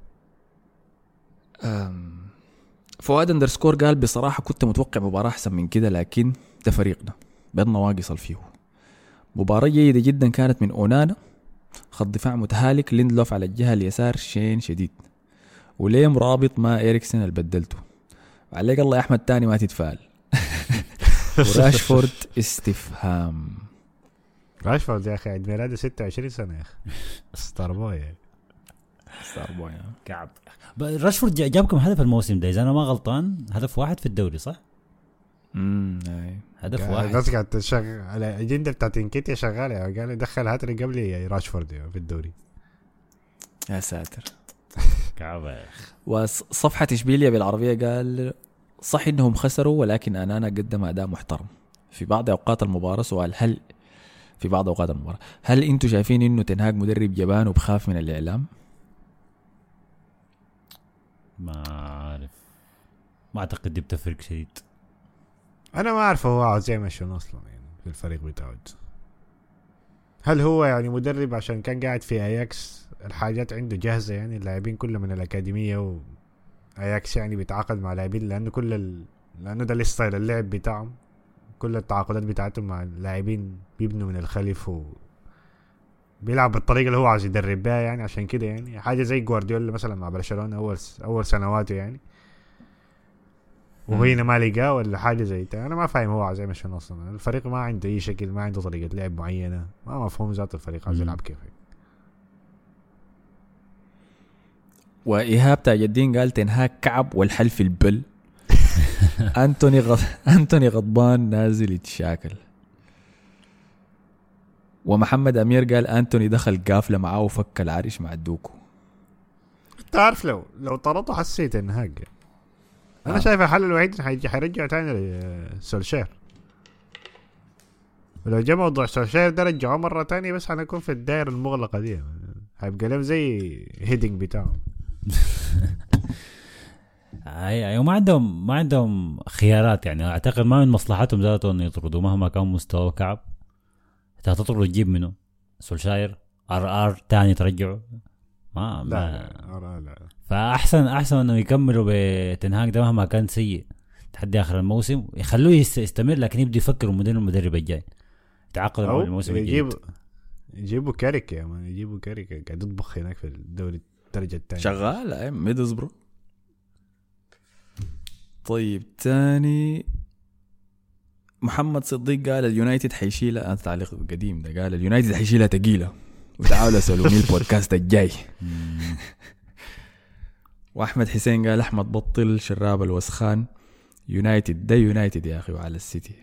فؤاد اندرسكور قال بصراحة كنت متوقع مباراة أحسن من كده لكن ده فريقنا بيضنا واقص فيه. مباراة جيدة جدا كانت من أونانا خط دفاع متهالك ليندلوف على الجهة اليسار شين شديد وليه رابط ما إيريكسن اللي بدلته عليك الله يا أحمد تاني ما تتفعل. وراشفورد استفهام.
راشفورد يا أخي عيد ميلاده ستة وعشرين سنة يا أخي ستار بوي يعني.
ستار بوي
كعب. راشفورد جاب كم هدف الموسم ده إذا أنا ما غلطان هدف واحد في الدوري صح؟
امم
هدف واحد.
الناس قاعدة تشغل على الأجندة بتاعت إنكيتيا شغالة قال يدخل هاتريك قبل يعني راشفورد في الدوري.
يا ساتر
كعب يا أخي.
وصفحة إشبيلية بالعربية قال صح إنهم خسروا ولكن أنانا قدم أداء محترم في بعض أوقات المباراة. سؤال هل في بعض أوقات المباراة هل أنتوا شايفين إنه تنهاج مدرب جبان وبخاف من الإعلام؟
ما عارف ما أعتقد دي بتفرق شديد.
أنا ما أعرف هو عاوز يعمل شنو أصلا يعني في الفريق بتاعه. هل هو يعني مدرب عشان كان قاعد في أياكس الحاجات عنده جاهزة يعني اللاعبين كله من الأكاديمية وأياكس يعني بيتعاقد مع لاعبين لأنه كل ال... لأنه ده الستايل اللعب بتاعهم كل التعاقدات بتاعتهم مع اللاعبين بيبنوا من الخلف و بيلعب بالطريقة اللي هو عايز يدرب بها يعني. عشان كده يعني حاجة زي جوارديولا مثلا مع برشلونة أول أول سنواته يعني وهنا ما لقاه ولا حاجه زي كده. انا ما فاهم هو عايز يعمل شنو اصلا. الفريق ما عنده اي شكل، ما عنده طريقه لعب معينه، ما مفهوم ذات الفريق عايز يلعب كيف.
وإيهاب تاج الدين قال تنهاك كعب والحل في البل. أنتوني غض... أنتوني غضبان نازل يتشاكل. ومحمد أمير قال أنتوني دخل قافلة معاه وفك العرش مع الدوكو.
تعرف لو لو طردته حسيت انهاك. انا
آه.
شايف الحل الوحيد حيجي حيرجع تاني لسولشير. ولو جاء موضوع سولشير ده رجعوه مرة تانية بس حنكون في الدائرة المغلقة دي، هيبقى لهم زي هيدنج بتاعهم.
اي اي وما عندهم ما عندهم خيارات يعني. اعتقد ما من مصلحتهم ذاته انه يطردوا مهما كان مستوى كعب. هتطرد تجيب منه سولشاير ار ار تاني ترجعه ما
لا
ما
لا, لا.
فاحسن احسن انه يكملوا بتنهاك ده مهما كان سيء تحدي اخر الموسم، يخلوه يستمر لكن يبدو يفكروا مدير المدرب الجاي يتعاقدوا مع الموسم الجاي.
يجيبوا يجيبوا كاريكا يا مان، يجيبوا كاريكا قاعد يطبخ هناك في الدوري الدرجة الثانية
شغال اي ميدلزبرو. طيب تاني محمد صديق قال اليونايتد حيشيلها. تعليق قديم ده، قال اليونايتد حيشيلها تقيلة وتعالوا سألوني البودكاست الجاي. واحمد حسين قال احمد بطل شراب الوسخان، يونايتد ده يونايتد يا اخي وعلى السيتي.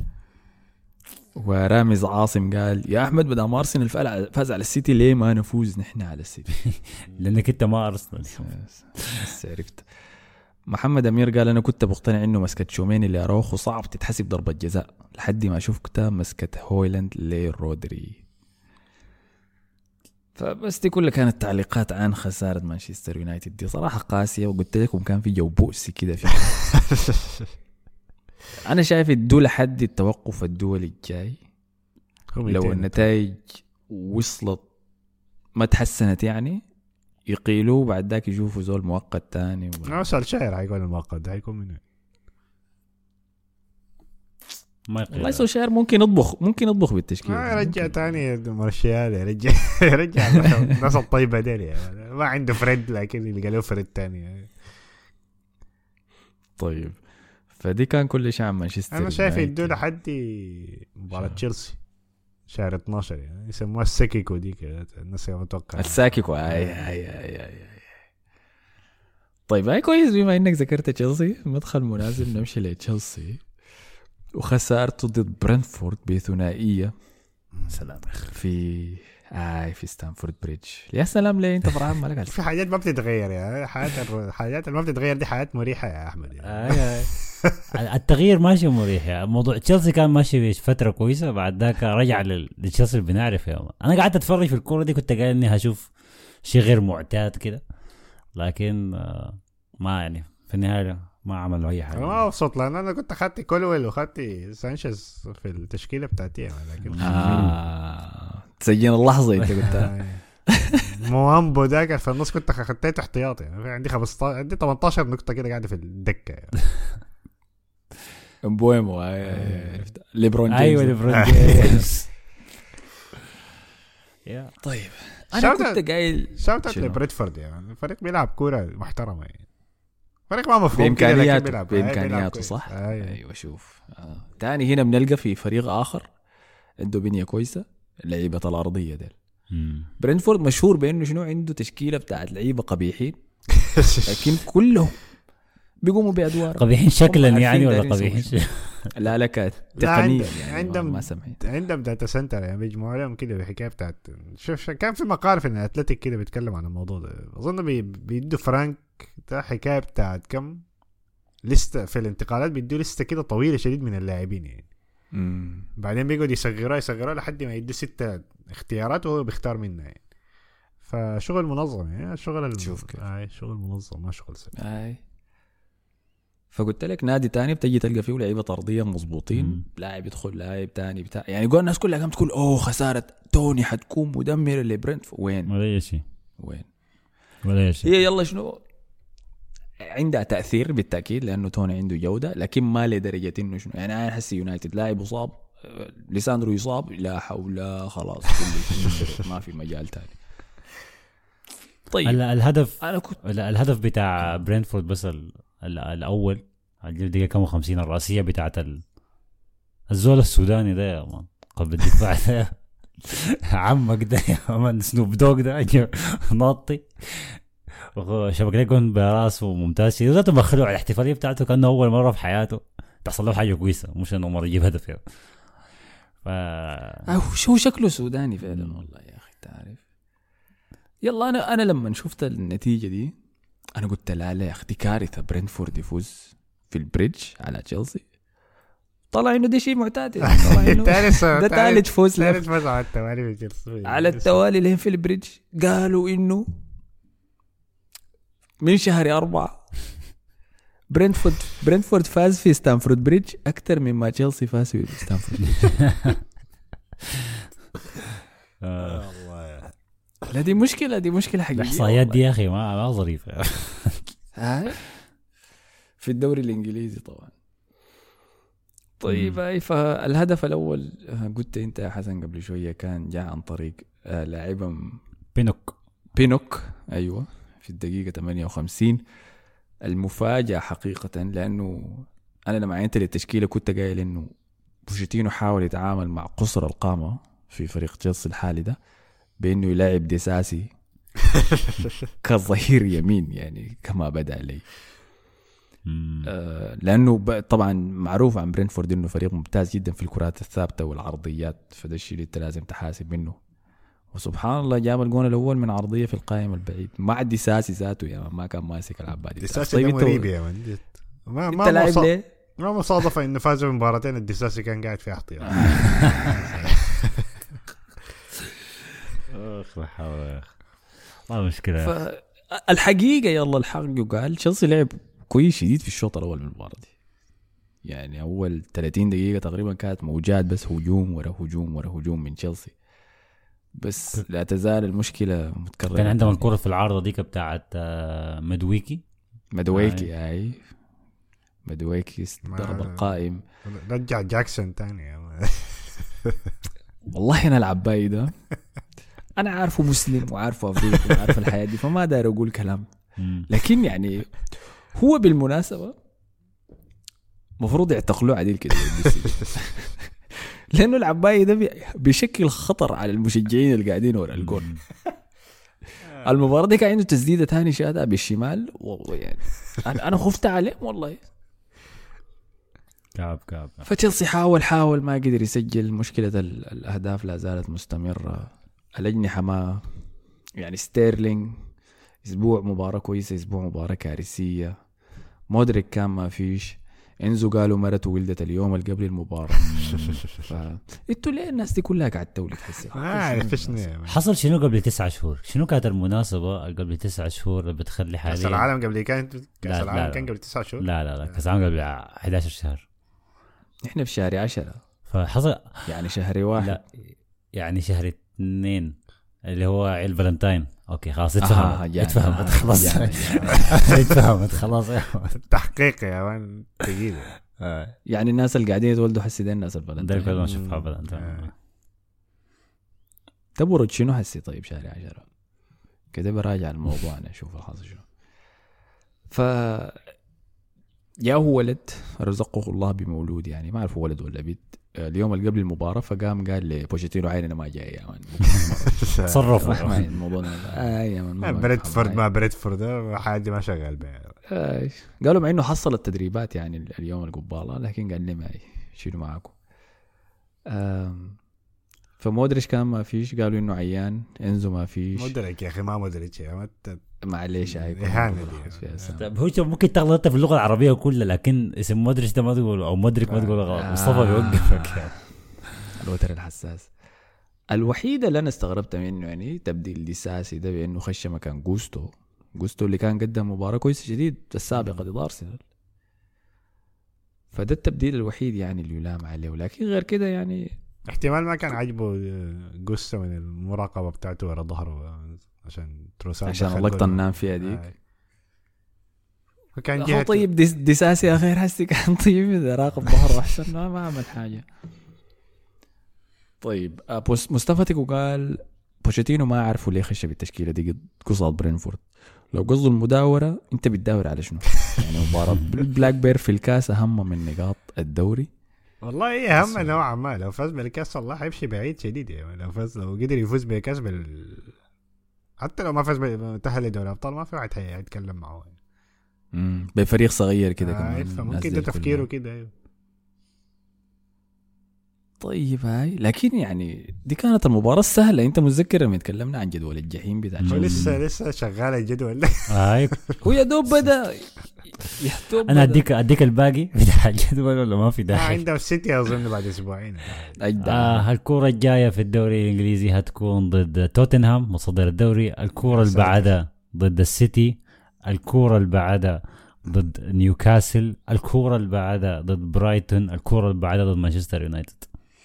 ورامز عاصم قال يا احمد بدأ ما ارسنال فاز على السيتي ليه ما نفوز نحن على السيتي؟
لانك انت ما ارسنال.
بس عرفت. محمد امير قال انا كنت بقتنع انه مسكت شوميني اللي اروخو صعب تتحسب ضربة جزاء لحد ما شفت مسكت هويلاند لرودري. فبس دي كلها كانت تعليقات عن خسارة مانشستر يونايتد دي صراحة قاسية، وقلت لكم كان في جو بؤسي كده فيه. أنا شايف الدول لحد التوقف الدولي الجاي لو النتائج وصلت ما تحسنت يعني يقيلوه بعد ذاك يشوفوا زول مؤقت تاني.
أنا سأل شاعر هيكون المؤقت ده هيكون منه
ما يقيل.
والله سو شاعر ممكن يطبخ ممكن يطبخ بالتشكيل.
ما يرجع تاني مرشيال يرجع يرجع الناس الطيبة دي ما عنده فريد لكن اللي قالوا فريد تاني.
طيب فدي كان كل شيء عن مانشستر.
أنا شايف يدوا لحد مباراة تشيلسي شهر اثناشر يعني يسموها الساكيكو دي كده الناس متوقع
الساكيكو. اي اي اي اي. طيب هاي كويس بما انك ذكرت تشيلسي مدخل مناسب نمشي لتشيلسي وخسارته ضد برنتفورد بثنائية.
سلام
في آي في ستانفورد بريدج. يا سلام ليه انت فرحان مالك؟
في حاجات ما بتتغير يا حياة، الحاجات اللي ما بتتغير دي حياة مريحة يا أحمد يعني.
آي آي. التغيير ماشي مريح يعني. موضوع تشيلسي كان ماشي في فترة كويسة بعد ذاك رجع لتشيلسي اللي بنعرف يوم. أنا قعدت أتفرج في الكورة دي كنت قايل إني هشوف شيء غير معتاد كده لكن ما يعني في النهاية ما عملوا أي حاجة.
ما وصلت لأن أنا كنت أخذت كولويل وأخذت سانشيز في التشكيلة بتاعتي لكن
آه تسجين اللحظة أنت قلتها.
موامبو داك في النص كنت أخذته احتياطي يعني. عندي خمستاشر عندي ثمانية عشر نقطة كده قاعدة في الدكة يعني.
امبويمو ليبرون جيمس.
أيوة ليبرون جيمس.
طيب أنا كنت قايل
شاوت لبريدفورد يعني الفريق بيلعب كورة محترمة يعني. فريق ما مفهوم
بإمكانياته بإمكانياته صح. أيوة, أيوة شوف آه. تاني هنا بنلقى في فريق آخر عنده بنية كويسة لعيبة الأرضية ديل. برينفورد مشهور بأنه شنو عنده تشكيلة بتاعت لعيبة قبيحين لكن كلهم بيقوموا بأدوار
قبيحين شكلا يعني ولا قبيحين
لا لك تقنيا يعني
عندهم
ما سمحت.
عندهم داتا سنتر يعني بيجمعوا لهم كده بحكايه بتاعت شوف كان في مقال في الاتلتيك كده بيتكلم عن الموضوع ده. اظن بي بيدوا فرانك ده حكايه بتاعت كم لسته في الانتقالات بيدوا لسته كده طويله شديد من اللاعبين يعني.
امم
بعدين بيقعد يصغروها يصغروها لحد ما يدوا ستة اختيارات وهو بيختار منها يعني. فشغل منظم يعني شغل
شوف كيف
آه شغل منظم ما شغل سهل.
اي فقلت لك نادي تاني بتجي تلقى فيه لعيبه طرديه مظبوطين لاعب يدخل لاعب تاني بتاع يعني يقول الناس كلها قامت تقول اوه خساره توني حتكون مدمره لبرنت وين
ولا شيء
وين
ولا شيء.
هي يلا شنو عندها تاثير بالتاكيد لانه توني عنده جوده لكن ما لدرجه انه شنو يعني انا احس يونايتد لاعب مصاب ليساندرو يصاب لا حول خلاص كل ما في مجال تاني. طيب
الهدف
انا كنت
الهدف بتاع برينفورد بس ال... الاول الجيب دقيقة كم وخمسين الرئاسية بتاعت ال... الزول السوداني ده يا مان قلب الدفاع ده عمك ده يا مان سنوب دوغ ده ناطي شبك ليكون براسه ممتاز شيء ذاته بخلوه على الاحتفالية بتاعته كأنه أول مرة في حياته تحصل له حاجة كويسة مش إنه مرة يجيب هدف يعني. ف
أو شو شكله سوداني فعلا والله يا أخي تعرف. يلا أنا أنا لما شفت النتيجة دي أنا قلت لا لا يا أختي كارثة برينتفورد يفوز في البريدج على تشيلسي. طلع إنه ده شيء معتاد ده ثالث فوز له
ثالث فوز على التوالي في تشيلسي
على التوالي لهم في البريدج. قالوا إنه من شهر أربعة برينتفورد برينتفورد فاز في ستانفورد بريدج أكثر مما تشيلسي فاز في ستانفورد بريدج.
الله
لا دي مشكلة دي مشكلة حقيقية.
الإحصائيات دي يا أخي ما ما ظريفة.
هاي في الدوري الإنجليزي طبعا. طيب أي فالهدف الأول قلت أنت يا حسن قبل شوية كان جاء عن طريق لاعبا
بينوك
بينوك أيوة في الدقيقة ثمانية وخمسين. المفاجأة حقيقة لأنه أنا لما عينت للتشكيلة كنت قايل إنه بوشيتينو حاول يتعامل مع قصر القامة في فريق تشيلسي الحالي ده بإنه يلاعب ديساسي كظهير يمين يعني كما بدأ لي. آه لأنه طبعا معروف عن برينتفورد إنه فريق ممتاز جدا في الكرات الثابتة والعرضيات فده الشيء اللي أنت لازم تحاسب منه. وسبحان الله جاب الجون الأول من عرضية في القائم البعيد مع ديساسي ذاته يا ما كان ماسك العبادي.
ديساسي ده مريب يا من ما
ما
ما
مص...
ما مصادفة إنه فازوا بمباراتين الديساسي كان قاعد في احتياط.
اخ لا حول ولا قوة. ما مشكلة.
فالحقيقة يلا الحق يقال تشيلسي لعب كويس شديد في الشوط الأول من المباراة دي. يعني أول ثلاثين دقيقة تقريبا كانت موجات بس هجوم ورا هجوم ورا هجوم من تشيلسي بس لا تزال المشكلة متكررة.
كان عندهم الكرة في العارضة ديك بتاعت مدويكي
مدويكي هاي مدويكي ضرب القائم
رجع جاكسون تاني.
والله أنا العباي ده أنا عارفه مسلم وعارفه أفريقي وعارف الحياة دي فما داير أقول كلام لكن يعني هو بالمناسبة مفروض يعتقلوه عديل كده لأنه العباية ده بشكل خطر على المشجعين اللي قاعدين ورا الجول. المباراة دي كان عنده تسديدة تاني شاتها بالشمال يعني أنا أنا خفت عليه والله.
كعب كعب.
فتشيلسي حاول حاول ما قدر يسجل. مشكلة الأهداف لا زالت مستمرة. الأجنحة ما يعني ستيرلينج أسبوع مباراة كويسة أسبوع مباراة كارثية. مودريك كان ما فيش. انزو قالوا مرته ولدت اليوم اللي قبل المباراة. انتوا ليه الناس دي كلها قاعد تولد حسي
ما عارف ايش
حصل شنو قبل تسعة شهور. شنو كانت المناسبة قبل تسعة شهور بتخلي حاليا
كأس العالم قبل كان كأس العالم كان قبل تسعة شهور.
لا لا لا كأس العالم قبل أحد عشر شهر.
احنا في شهر عشرة
فحصل
يعني شهر واحد.
لا يعني شهر اثنين اللي هو عيد فالنتاين. اوكي خلاص اتفهمت اتفهمت خلاص اتفهمت خلاص.
تحقيق يا مان ثقيل.
يعني الناس اللي قاعدين يتولدوا حسي ده الناس الفالنتاين
ده ما شوفها فالنتاين.
تبرد شنو حسي طيب شهر عشرة كده براجع الموضوع انا اشوف الحاصل شنو. ف يا هو ولد رزقه الله بمولود يعني ما اعرف ولد ولا بنت. اليوم اللي قبل المباراة فقام قال لي بوشيتينو عين انا ما جاي يا مان
تصرفوا
الموضوع ده يا مان
بريدفورد ما بريدفورد حاجة ما شغال بها.
قالوا مع انه حصل التدريبات يعني اليوم القبالة لكن قال لي ما شيلوا معاكم. فمودريتش كان ما فيش. قالوا انه عيان. انزو ما فيش.
مودريتش يا اخي ما مودريتش يا
معليش
اهانه دي.
طيب هو ممكن تغلط في اللغه العربيه كلها لكن اسم مودريتش ده ما تقول او مودريك ما تقول غلط. مصطفى بيوقفك يعني
الوتر الحساس. الوحيده اللي انا استغربت منه يعني تبديل ديساسي ده بانه خش مكان جوستو. جوستو اللي كان قدم مباراه كويسه جديد السابقه ضد ارسنال. فده التبديل الوحيد يعني اللي يلام عليه. ولكن غير كده يعني
احتمال ما كان عاجبه جوستو من المراقبه بتاعته ورا ظهره عشان تروسار
عشان اللقطة النام فيها ديك.
فكان
هو طيب ديس ديساسي أخير حسي كان طيب إذا راقب ظهره أحسن ما ما عمل حاجة. طيب مصطفى تيكو قال بوشيتينو ما عرفوا ليه خش بالتشكيلة دي قصاد برينفورد لو قصدوا المداورة انت بتداور على شنو؟ يعني مباراة بلاك بير في الكاس اهم من نقاط الدوري.
والله ايه اهم نوعا ما. لو فاز بالكاس الله حيمشي بعيد شديد يعني. لو فاز لو قدر يفوز بالكاس بال حتى لو ما فاز بالتأهل لدوري الابطال ما في واحد هيتكلم معه يعني.
امم بفريق صغير كده
آه
كمان.
فممكن ده تفكيره كده. ايوه
طيب هاي لكن يعني دي كانت المباراة السهلة. انت متذكر لما تكلمنا عن جدول الجحيم بتاع
هو لسه لسه شغال الجدول.
هاي
هو يا دوب بدا يا دوب
انا
بدأ.
اديك اديك الباقي بتاع الجدول ولا ما في
آه
داعي؟
عنده السيتي اظن بعد اسبوعين.
أجدع.
آه الكورة الجاية في الدوري الانجليزي هتكون ضد توتنهام مصدر الدوري. الكورة اللي بعدها ضد السيتي. الكورة اللي بعدها ضد نيوكاسل. الكورة اللي بعدها ضد برايتون. الكورة اللي بعدها ضد مانشستر يونايتد.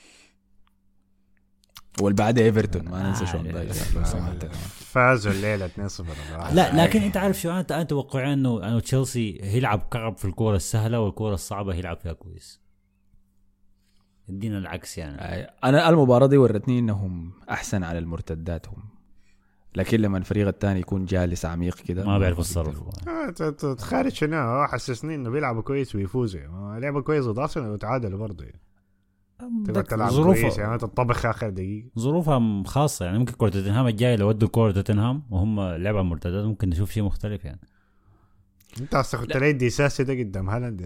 والبعد ايفرتون ما ننسى شون دايش لو سمحت.
فازوا الليله اثنين صفر.
لا لكن انت عارف شو انا انا توقعي انه انه تشيلسي هيلعب كعب في الكورة السهلة والكورة الصعبة هيلعب فيها كويس. ادينا العكس يعني.
انا المباراة دي ورتني انهم احسن على المرتدات هم، لكن لما الفريق الثاني يكون جالس عميق كده
ما بيعرف يتصرف.
تخارج شنو حسسني انه بيلعبوا كويس ويفوزوا. لعبوا كويس ضد ارسنال وتعادلوا برضه يعني. تقدر تلعب كويس يعني تطبخ اخر دقيقه.
ظروفها خاصه يعني. ممكن كره توتنهام الجايه لو ودوا كره توتنهام وهم لعبوا مرتدات ممكن نشوف شيء مختلف يعني.
انت اصلا كنت لقيت دي ساسي ده قدام هالاند.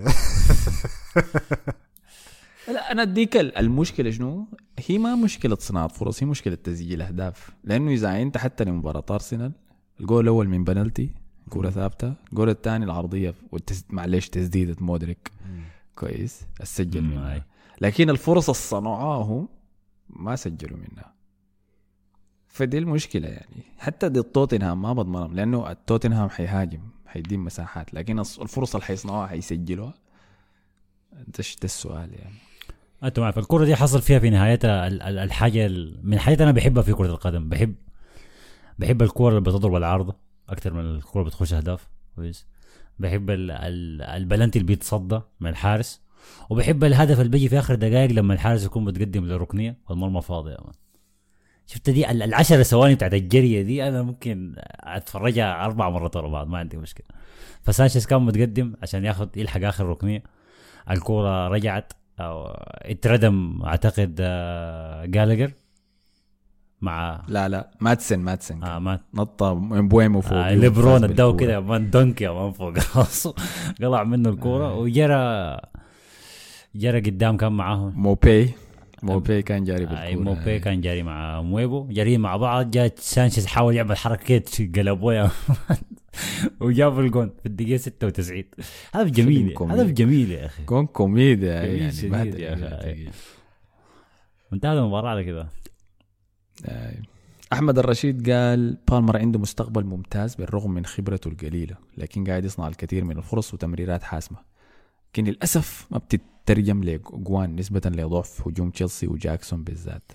لا انا اديك المشكله شنو هي ما مشكله صناعه فرص، هي مشكله تسجيل اهداف. لانه اذا انت حتى لمباراه ارسنال الجول الاول من بنالتي كره ثابته، الجول الثاني العرضيه والتس... معلش تسديده مودريك كويس السجل منها، لكن الفرص الصنعاهم ما سجلوا منها. فدي المشكله يعني. حتى ضد توتنهام ما بضمنهم لانه التوتنهام حيهاجم حيدين مساحات، لكن الفرص اللي حيصنعوها حيسجلوها. ده السؤال يعني.
انت عارف الكره دي حصل فيها في نهايتها الحاجه من حيث انا بحبها في كره القدم. بحب بحب الكره اللي بتضرب العارضه اكتر من الكره اللي بتخش اهداف كويس. بحب البلنتي اللي بيتصدى من الحارس، وبحب الهدف اللي بيجي في اخر دقائق لما الحارس يكون متقدم للركنيه والمرمى فاضيه يعني. شفت دي العشر ثواني بتاعت الجريه دي انا ممكن اتفرجها اربع مرات ورا بعض ما عندي مشكله. فسانشيز كان متقدم عشان ياخد يلحق اخر ركنيه، الكوره رجعت او اتردم اعتقد جالجر مع
لا لا ماتسن ماتسن
اه مات
نطه من بويمو فوق
آه ليبرون اداه كده من دنك يا من فوق راسه قلع منه الكوره آه. وجرى جرى قدام كان معاهم
موبي موبي كان جاري بالكوره.
آه موبي كان جاري مع مويبو جاري مع بعض. جاء سانشيز حاول يعمل حركه قلبوه وجاب الجون في الدقيقه ستة وتسعين. هدف جميل هدف جميل يا اخي.
جون كوميديا يعني
ما ادري يا اخي. انتهت المباراه على كده.
احمد الرشيد قال بالمر عنده مستقبل ممتاز بالرغم من خبرته القليله، لكن قاعد يصنع الكثير من الفرص وتمريرات حاسمه، لكن للاسف ما بتترجم لجوان نسبه لضعف هجوم تشيلسي وجاكسون بالذات.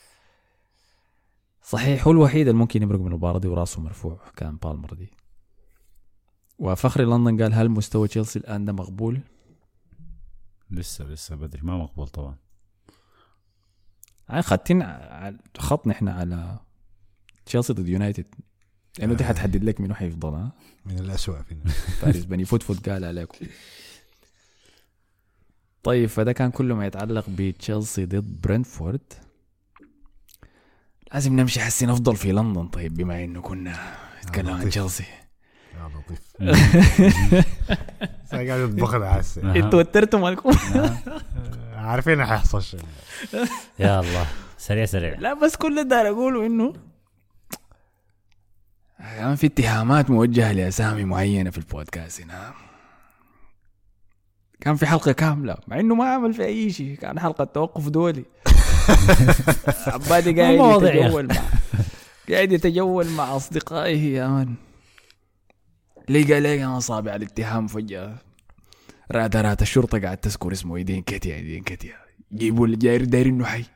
صحيح هو الوحيد اللي ممكن يمرق من المباراه دي وراسه مرفوع كان بالمر دي. وفخري لندن قال هل مستوى تشيلسي الان ده مقبول؟
لسه لسه بدري ما مقبول طبعا.
يعني خدتين خط نحن على تشيلسي ضد يونايتد لانه دي حتحدد لك منو حيفضل. ها
من الأسوأ فينا
فارس بني فوت فوت قال عليكم. طيب فده كان كله ما يتعلق بتشيلسي ضد برنتفورد. لازم نمشي حسين افضل في لندن. طيب بما انه كنا نتكلم عن تشيلسي
يا لطيف قاعد يطبخ حسين.
انتوا توترتوا مالكم
عارفين حيحصل شيء.
يا الله سريع سريع.
لا بس كل ده اقوله انه كان في اتهامات موجهه لاسامي معينه في البودكاست هنا. كان في حلقه كامله مع انه ما عمل في اي شيء، كان حلقه توقف دولي. عبادي قاعد يتجول مع قاعد يتجول مع اصدقائه يا مان. لقى لقى اصابع الاتهام فجاه. رادارات الشرطه قاعد تذكر اسمه ايدين كتيا ايدين كتيا جيبوا اللي جاير دايرين انه حي.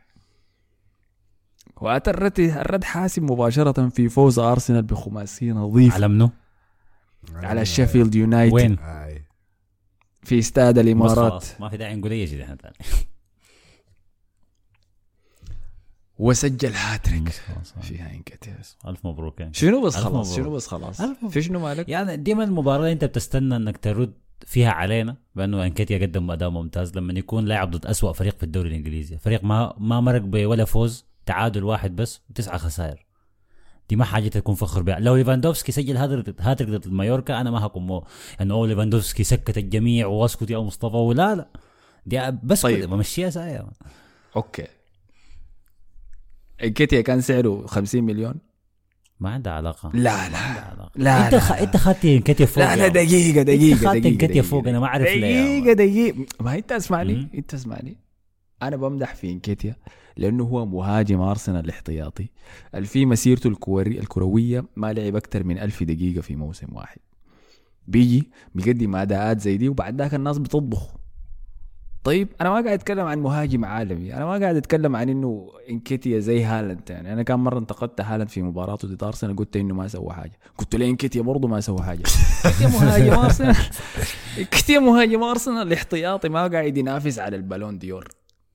واتى الرد الرد حاسم مباشره في فوز ارسنال بخماسي نظيف
على منو؟
على الشيفيلد يونايتد.
وين؟
في استاد الامارات.
ما في داعي نقول اي شيء احنا ثاني.
وسجل هاتريك فيها انكيتيا.
الف مبروك يعني.
شنو بس
ألف
خلاص
مبروك.
شنو بس خلاص في شنو مالك
يعني ديما المباراه انت بتستنى انك ترد فيها علينا بانه انكيتيا قدم اداء ممتاز لما يكون لاعب ضد أسوأ فريق في الدوري الانجليزي، فريق ما ما مرق بولا فوز، تعادل واحد بس وتسعه خسائر. دي ما حاجه تكون فخر بها. لو ليفاندوفسكي سجل هاتريك هاتريك ضد مايوركا انا ما هكون مو يعني او ليفاندوفسكي سكت الجميع واسكت يا مصطفى، ولا لا دي بس
طيب.
بمشيها سايا.
اوكي انكيتيا كان سعره خمسين مليون.
ما عندها علاقه.
لا لا
ما عندها علاقة.
لا
انت
لا.
خ... انت خدت انكيتيا فوق.
لا لا دقيقة دقيقة
خدت
دقيقة
انكيتيا
دقيقة
فوق انا ما اعرف ليه.
دقيقة دقيقة ما انت اسمعني
مم.
انت اسمعني انا بمدح في انكيتيا لانه هو مهاجم ارسنال الاحتياطي في مسيرته الكوري الكروية ما لعب اكثر من ألف دقيقة في موسم واحد، بيجي بيقدم اداءات زي دي وبعد ذاك الناس بتطبخ. طيب انا ما قاعد اتكلم عن مهاجم عالمي، انا ما قاعد اتكلم عن انه انكيتيا زي هالاند. يعني انا كان مره انتقدت هالاند في مباراته ضد ارسنال قلت انه ما سوى حاجه، قلت له انكيتيا برضه ما سوى حاجه. انكيتيا مهاجم ارسنال انكيتيا مهاجم ارسنال الاحتياطي ما قاعد ينافس على البالون ديور.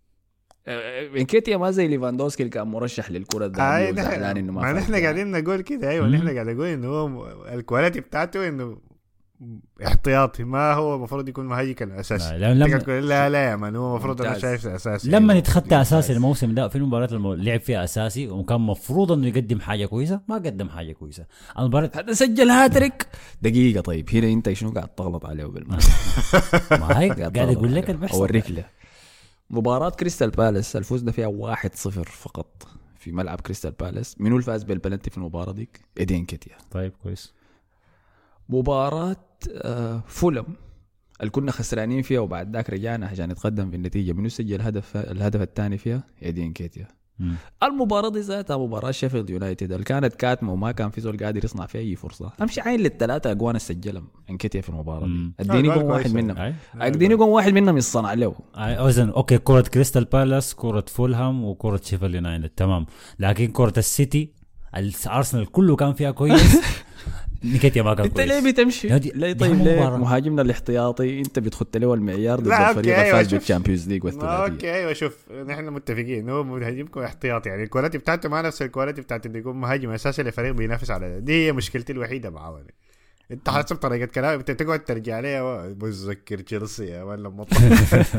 انكيتيا ما زي ليفاندوسكي اللي كان مرشح للكره الذهبيه وزعلان انه ما
ما
فاز.
نحن قاعدين نقول كده. ايوه نحن قاعدين نقول انه هو الكواليتي بتاعته انه احتياطي، ما هو المفروض يكون مهاجم الاساسي.
لا لما
لا لا يا مان هو المفروض انا شايف اساسي.
لما يتخطى اساسي الموسم ده في المباراه اللي لعب فيها اساسي وكان مفروض انه يقدم حاجه كويسه ما قدم حاجه كويسه. المباراه
هذا سجل هاتريك. دقيقه طيب هنا انت شنو قاعد تغلط عليه بالمره؟
ما هي قاعد اقول لك اللي بيحصل.
اوريك له مباراة كريستال بالاس الفوز ده فيها واحد صفر فقط في ملعب كريستال بالاس. منو الفاز بالبلنتي في المباراة ديك؟ إيدي انكيتيا.
طيب كويس.
مباراة آه فولم اللي كنا خسرانين فيها وبعد ذاك رجعنا عشان نتقدم في النتيجة، منو سجل الهدف الهدف الثاني فيها؟ إيدي انكيتيا. مم. المباراة دي ذاتها مباراة شيفيلد يونايتد اللي كانت كاتمة وما كان في زول قادر يصنع فيها أي فرصة. أمشي عين للثلاثة أجوان السجلهم انكيتيا في المباراة دي. اديني جون واحد منهم اديني جون واحد منهم يصنع له.
أوزن أوكي كرة كريستال بالاس، كرة فولهام، وكرة شيفيلد يونايتد تمام، لكن كرة السيتي الأرسنال كله كان فيها كويس. نيكيتيا ما كان
انت
كويس.
ليه بتمشي ليه؟ طيب ليه مهاجمنا الاحتياطي انت بتخط له المعيار ضد الفريق الفاز بالتشامبيونز ليج والثلاثيه؟
اوكي ايوه شوف نحن متفقين هو مهاجمكم احتياطي، يعني الكواليتي بتاعته ما نفس الكواليتي بتاعت اللي يكون مهاجم اساسي لفريق بينافس على. دي هي مشكلتي الوحيده معاه. انت حسب طريقه كلامك انت تقعد ترجع عليها بتذكر تشيلسي ولا مطلع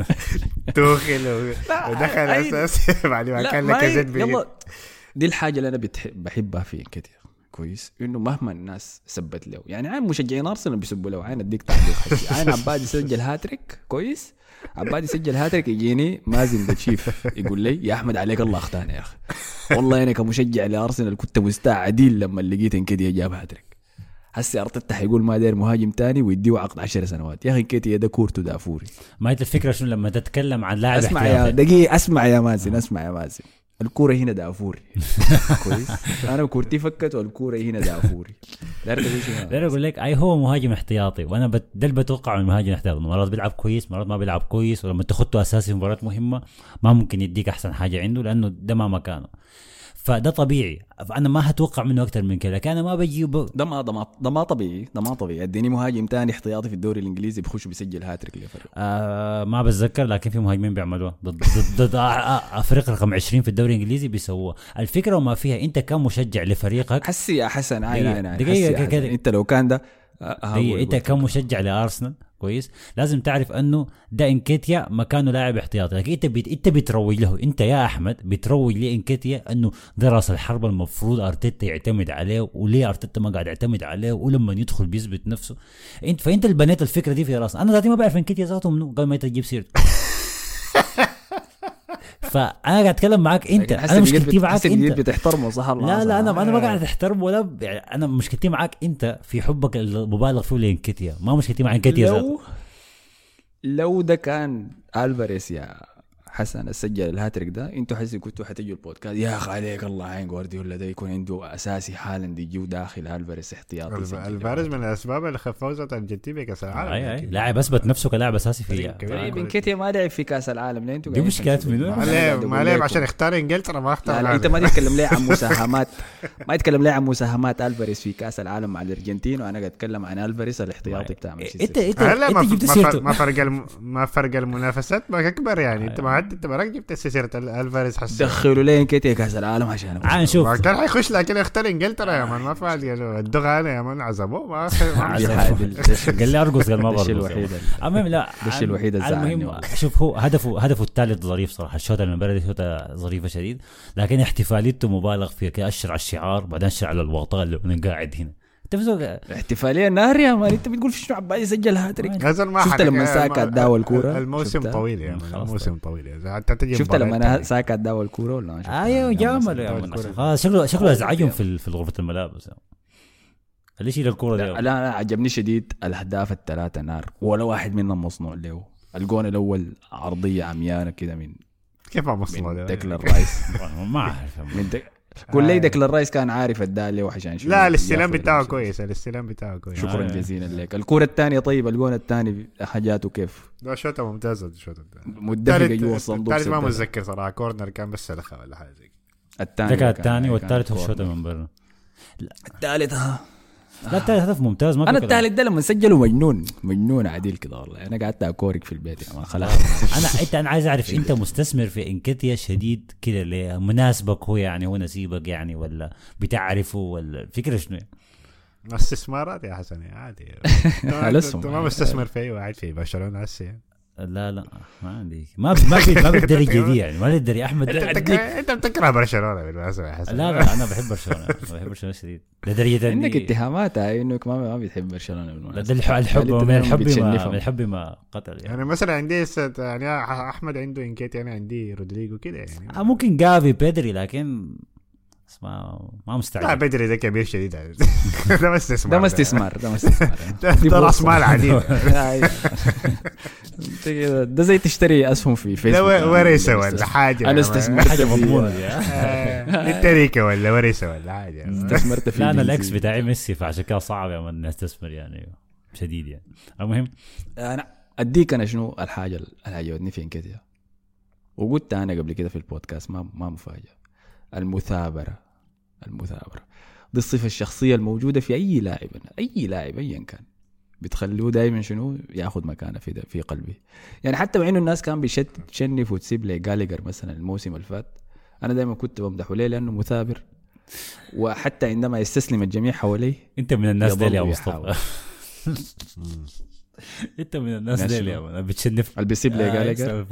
توخل ودخل اساسي بعد ما كان لك زد بي.
دي الحاجه اللي انا بحبها فيه كتير كويس، انه مهما الناس سبت له، يعني عين مشجعين ارسنال بيسبوا له، عين اديك تعليق حسي عين عباد يسجل هاتريك كويس، عباد يسجل هاتريك يجيني مازن بتشيف يقول لي يا احمد عليك الله اختاني يا اخي والله انا كمشجع لارسنال كنت مستاء عديل لما لقيت انكيتيا جاب هاتريك. هسه ارتيتا حيقول ما داير مهاجم تاني ويديه عقد عشر سنوات. يا اخي انكيتيا ده كورته دافوري.
ما انت الفكره شنو لما تتكلم عن لاعب
اسمع يا دقيقه اسمع يا مازن اسمع يا مازن الكورة هنا دافوري كويس، انا كورتي فكت والكورة هنا دافوري. لا
لا اقول لك اي هو مهاجم احتياطي، وانا بدل بتوقع من مهاجم احتياطي مرات بيلعب كويس مرات ما بيلعب كويس، ولما تخطه اساسي في مباريات مهمه ما ممكن يديك احسن حاجه عنده لانه ده ما مكانه، فده طبيعي. فانا ما هتوقع منه اكتر من كده. كان ما بجي ب...
ده ما ده ما ده ما طبيعي ده ما طبيعي. اديني مهاجم تاني احتياطي في الدوري الانجليزي بيخش بيسجل هاتريك لفريق.
آه ما بتذكر، لكن في مهاجمين بيعملوها ضد ضد, ضد فريق رقم عشرين في الدوري الانجليزي بيسووها. الفكره وما فيها انت كمشجع لفريقك.
حسي يا حسن عين عين
دقيقه كده
انت لو كان ده
انت كمشجع لارسنال كويس لازم تعرف انه ده انكيتيا مكانه لاعب احتياطي، لكن انت بت... انت بتروج له، انت يا احمد بتروج لانكيتيا انه ده راس الحربه المفروض ارتيتا يعتمد عليه، وليه ارتيتا ما قاعد يعتمد عليه، ولما يدخل بيثبت نفسه. انت فانت اللي بنيت الفكره دي في راسنا. انا ذاتي ما بعرف انكيتيا ذاته منو قبل ما تجيب سيرته. فانا قاعد اتكلم معاك انت، انا مشكلتي معاك انت
بتحترمه صح الله.
لا لا انا انا ما قاعد احترمه ولا يعني انا مشكلتي معاك انت في حبك المبالغ فيه لانكيتيا، ما مشكلتي مع انكيتيا ذاته.
لو ده كان ألفاريز يا حسن السجل الهاتريك ده انتوا حسي كنتوا حتيجوا البودكاست يا اخي عليك الله عين جوارديولا ده يكون عنده اساسي حالا دي يجيو داخل ألفاريز احتياطي.
ألفاريز من الاسباب اللي فوزت ارجنتين بكاس العالم.
اي اي لاعب اثبت نفسه كلاعب اساسي فيها.
طيب انكيتيا ما لعب في كاس العالم ليه انتوا
دي مشكله منو؟
ما لعب عشان اختار انجلترا ما اختار.
لا, لا انت ما تتكلم ليه عن مساهمات ما يتكلم ليه عن مساهمات ألفاريز في كاس العالم مع الارجنتين، وانا قاعد اتكلم عن ألفاريز الاحتياطي بتاع
انت انت
ما فرق ما فرق ما فرق المنافسات ما اكبر يعني. انت ما عاد انت براك جبت سيرة الفاريز حسن
دخلوا لين كيتي كاس العالم عشان
عاد نشوف
ما كان حيخش لكن يختار انجلترا يا مان ما فعل قالوا الدغا انا يا مان عزبوه ما
قال لي ارقص قال ما برقص
الوحيد
المهم لا
الشيء الوحيد الزعلني
المهم
والله.
شوف هو هدفه هدفه الثالث ظريف صراحه الشوط المباراه دي شوطه ظريفه شديد لكن احتفاليته مبالغ فيها كده اشر على الشعار بعدين اشر على الوطاء اللي انا قاعد هنا
احتفاليه نار يا مان انت بتقول في شنو عبالي يسجل هاتريك شفت لما ساكا داوى الكوره
الموسم طويل يا مان الموسم طويل يا حتى تجي
شفت لما ساكا داوى الكوره ولا ما شفت
ايوه جامل يا مان خلاص شكله شكله ازعجهم في في غرفه الملابس ليش الى الكوره دي
لا لا عجبني شديد الاهداف الثلاثه نار ولا واحد منهم مصنوع له الجون الاول عرضيه عميانه كده من
كيف مصنوع
من ديكلان رايس
ما اعرف
من دك... قول لي ديكلان رايس كان عارف الدالي وحشان شو
لا الاستلام بتاعه كويس الاستلام بتاعه كويس
شكرا جزيلا لك الكوره الثانيه طيب الجون الثاني حاجاته كيف
ده شوطه ممتازه الشوطه
مدفقه جوا الصندوق
الثالث ما متذكر صراحه كورنر كان بس سلخه ولا حاجه زي
الثاني
كان الثاني والثالث هو الشوطه من برا
الثالث ها
لا الثالث هدف ممتاز ما
انا الثالث ده لما سجلوا مجنون مجنون عديل كده والله انا قعدت اكورك في البيت يا ما خلاص
انا انت انا عايز اعرف انت مستثمر في انكتيا شديد كده ليه مناسبك هو يعني هو نسيبك يعني ولا بتعرفه ولا الفكره شنو
استثمارات يا حسن عادي انت ما مستثمر في اي واحد في برشلونه هسه
لا لا ما عندي ما ما في ما بالدرجه دي يعني ما بالدرجه احمد
انت بتكره برشلونه بالمناسبه يا حسن
لا لا انا بحب برشلونه بحب برشلونه شديد لدرجه
عندك اتهامات انك ما ما بتحب برشلونه بالمناسبه
الحب من الحب ما من الحب ما قتل يعني,
يعني مثلا عندي يعني احمد عنده انكيت انا عندي رودريجو كده يعني
ممكن جافي بيدري لكن ما ما مستعجل
لا بدري ده كبير شديد ده ما استثمار
ده ما استثمار ده ما استثمار
ده راس مال عديد
ده زي تشتري اسهم في فيسبوك
ورثه ولا حاجه
انا استثمرت
حاجه مضمونه
التركه ولا ورثه ولا حاجه
استثمرت في
لا انا الاكس بتاعي ميسي فعشان كده صعب يا من استثمر يعني شديد يعني المهم
انا اديك انا شنو الحاجه اللي عجبتني في انكتيا وقلت انا قبل كده في البودكاست ما ما مفاجاه المثابرة المثابرة دي الصفة الشخصية الموجودة في أي لاعب أي لاعب أيا كان بتخلوه دائما شنو ياخذ مكانه في في قلبي يعني حتى مع إنه الناس كان بيشنف وتسيب لي جاليجر مثلا الموسم اللي فات أنا دائما كنت بمدحه ليه لأنه مثابر وحتى عندما يستسلم الجميع حواليه
أنت من الناس ديل يا مصطفى أنت من الناس ديل يا من بتشنف
اللي بيسيب لي جاليجر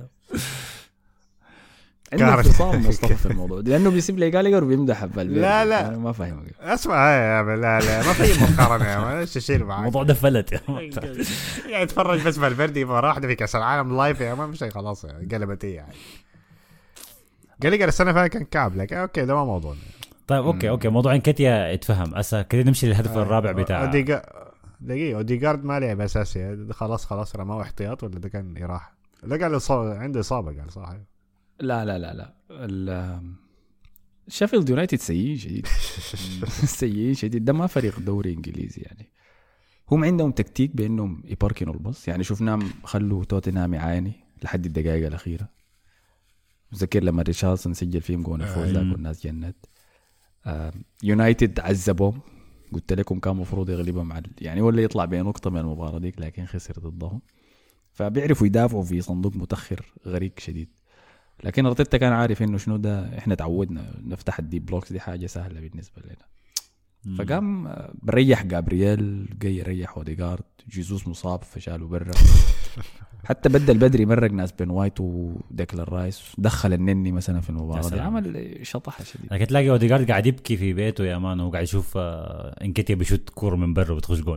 عنده انفصام مصطفى في الموضوع لانه بيسيب لي جاليجر وبيمدح بالبيت
لا لا
أنا ما فاهم
اسمع يا لا لا ما في مقارنه يا مان ايش اشيل معاك
الموضوع ده فلت يا مان
يعني اتفرج بس بالفردي مره واحده في كاس العالم لايف يا مان مش خلاص قلبت هي يعني جاليجر السنه فاتت كان كعب لك اوكي ده ما موضوع
طيب اوكي اوكي موضوع انكتيا اتفهم اسا كده نمشي للهدف الرابع بتاع
دقيقه اوديجارد ما لعب اساسي خلاص خلاص رماه احتياط ولا ده كان راح ده قال عنده اصابه قال صح
لا لا لا لا شيفيلد يونايتد سيء شديد سيء شديد ده ما فريق دوري انجليزي يعني هم عندهم تكتيك بانهم يباركنوا الباص يعني شفناهم خلوا توتنهام يعاني لحد الدقائق الاخيره متذكر لما ريشارلسون سجل فيهم جون الفوز ذاك والناس جنت يونايتد عذبهم قلت لكم كان مفروض يغلبهم على يعني ولا يطلع بنقطه من المباراه ديك لكن خسر ضدهم فبيعرفوا يدافعوا في صندوق متاخر غريق شديد لكن ارتيتا كان عارف انه شنو ده احنا تعودنا نفتح الديب بلوكس دي حاجه سهله بالنسبه لنا فقام بريح جابرييل جاي يريح اوديغارد جيسوس مصاب فشالوا برا حتى بدل بدري مرق ناس بين وايت وديكلان رايس دخل النني مثلا في المباراه دي عمل شطحه شديد
لكن تلاقي اوديغارد قاعد يبكي في بيته يا مان وقاعد يشوف انكتيا بيشوت كوره من برا وبتخش جول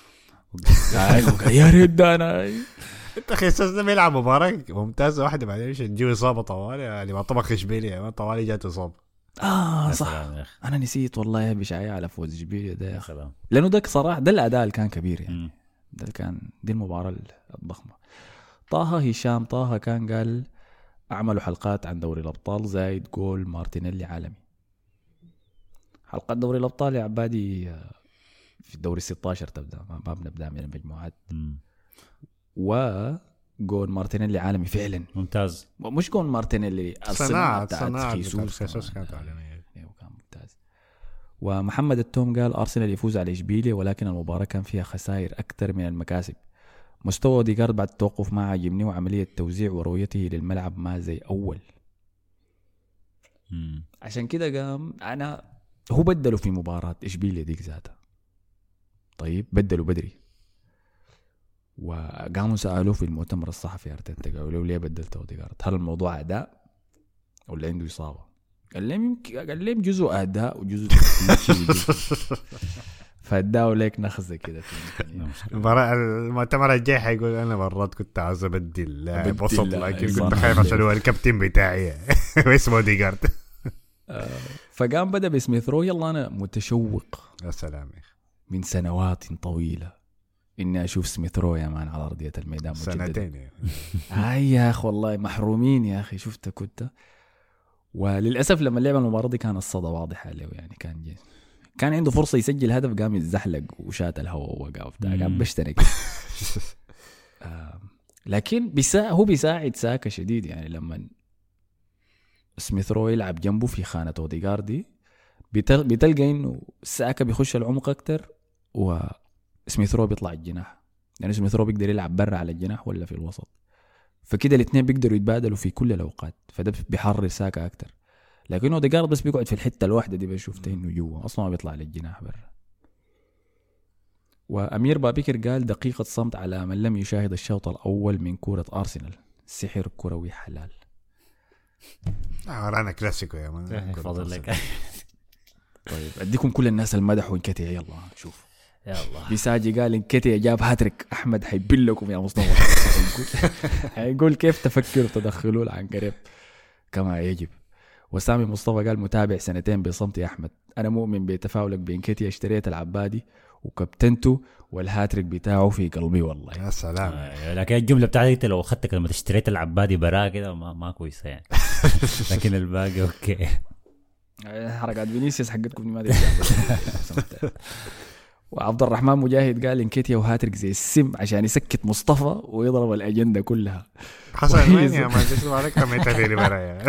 يا ريت انا
انت خيسوس ده يلعب مباراة ممتازة واحدة بعدين ايش تجي إصابة طوالي يعني ما طبخ إشبيلية يعني طوالي جات إصابة
اه صح انا نسيت والله يا بشعي على فوز إشبيلية ده يا اخي لانه ده صراحة ده الاداء اللي كان كبير يعني ده كان دي المباراة الضخمة. طه هشام طه كان قال اعملوا حلقات عن دوري الابطال زايد جول مارتينيلي عالمي. حلقات دوري الابطال يا عبادي في الدوري ستة عشر تبدا ما بنبدا من المجموعات وجول مارتينيلي عالمي فعلا
ممتاز
مش جول مارتينيلي
الصناعة بتاعت خيسوس كانت عالمية
وكان ممتاز. ومحمد التوم قال أرسنال يفوز على إشبيلية ولكن المباراة كان فيها خسائر أكثر من المكاسب مستوى اوديغارد بعد التوقف ما عجبني، وعملية توزيع ورؤيته للملعب ما زي أول.
مم.
عشان كده قام أنا هو بدلوا في مباراة إشبيلية ديك ذاتها. طيب بدلوا بدري، وقاموا سألوه في المؤتمر الصحفي أرتيتا قالوا له ليه بدلت اوديغارد؟ هل الموضوع أداء ولا عنده إصابة؟ قال لهم يمكن، قال لهم جزء أداء وجزء فاداوا ليك نخزة كده.
المباراة المؤتمر الجاي حيقول أنا مرات كنت عاوز أبدل لاعب وسط، لكن
صح.
كنت خايف عشان هو الكابتن بتاعي واسمه اوديغارد.
فقام بدأ بسميث رو. يلا أنا متشوق
يا سلام يا أخي،
من سنوات طويلة إني أشوف سميث رو يا مان على أرضية الميدان مجددا.
سنتين يعني.
هاي يا أخي والله محرومين يا أخي. شفت كنت، وللأسف لما لعب المباراة دي كان الصدى واضح عليه، يعني كان جي. كان عنده فرصة يسجل هدف قام يتزحلق وشات الهواء ووقف ده قام بشترك. آه لكن بيسا هو بيساعد ساكا شديد، يعني لما سميث رو يلعب جنبه في خانة اوديغاردي بتل... بتلقى إنه ساكا بيخش العمق أكتر وسميث رو بيطلع الجناح، يعني سميث رو بيقدر يلعب برا على الجناح ولا في الوسط، فكده الاثنين بيقدروا يتبادلوا في كل الأوقات، فده بيحرر ساكا أكتر. لكن اوديغارد بس بيقعد في الحتة الواحدة دي، بشوفته إنه جوا أصلا ما بيطلع للجناح برا. وأمير بابكر قال دقيقة صمت على من لم يشاهد الشوط الأول من كرة أرسنال، سحر كروي حلال.
آه أنا كلاسيكو يا مان.
فضل لك.
طيب أديكم كل الناس المدح وانكتيا. يلا شوف
يا الله.
بيساجي قال انكتيا جاب هاتريك، أحمد حيبل لكم يا مصطفى. هيقول كيف تفكروا تدخلوا عن قريب كما يجب. وسامي مصطفى قال متابع سنتين بصمت يا أحمد، أنا مؤمن بتفاؤلك بإنكتيا، اشتريت العبادي وكابتنته والهاتريك بتاعه في قلبي والله.
يا سلام.
آه لكن الجملة بتاعتك لو أخذتك لما اشتريت العبادي براه كده ما, ما كويسة يعني. لكن الباقي أوكي.
حركات فينيسيوس حقتكم ما ترجع. وعبد الرحمن مجاهد قال انكتيا وهاتريك زي السم عشان يسكت مصطفى ويضرب الأجندة كلها.
حسن وين يا مان؟ تسمع لك كم يتغير برايا.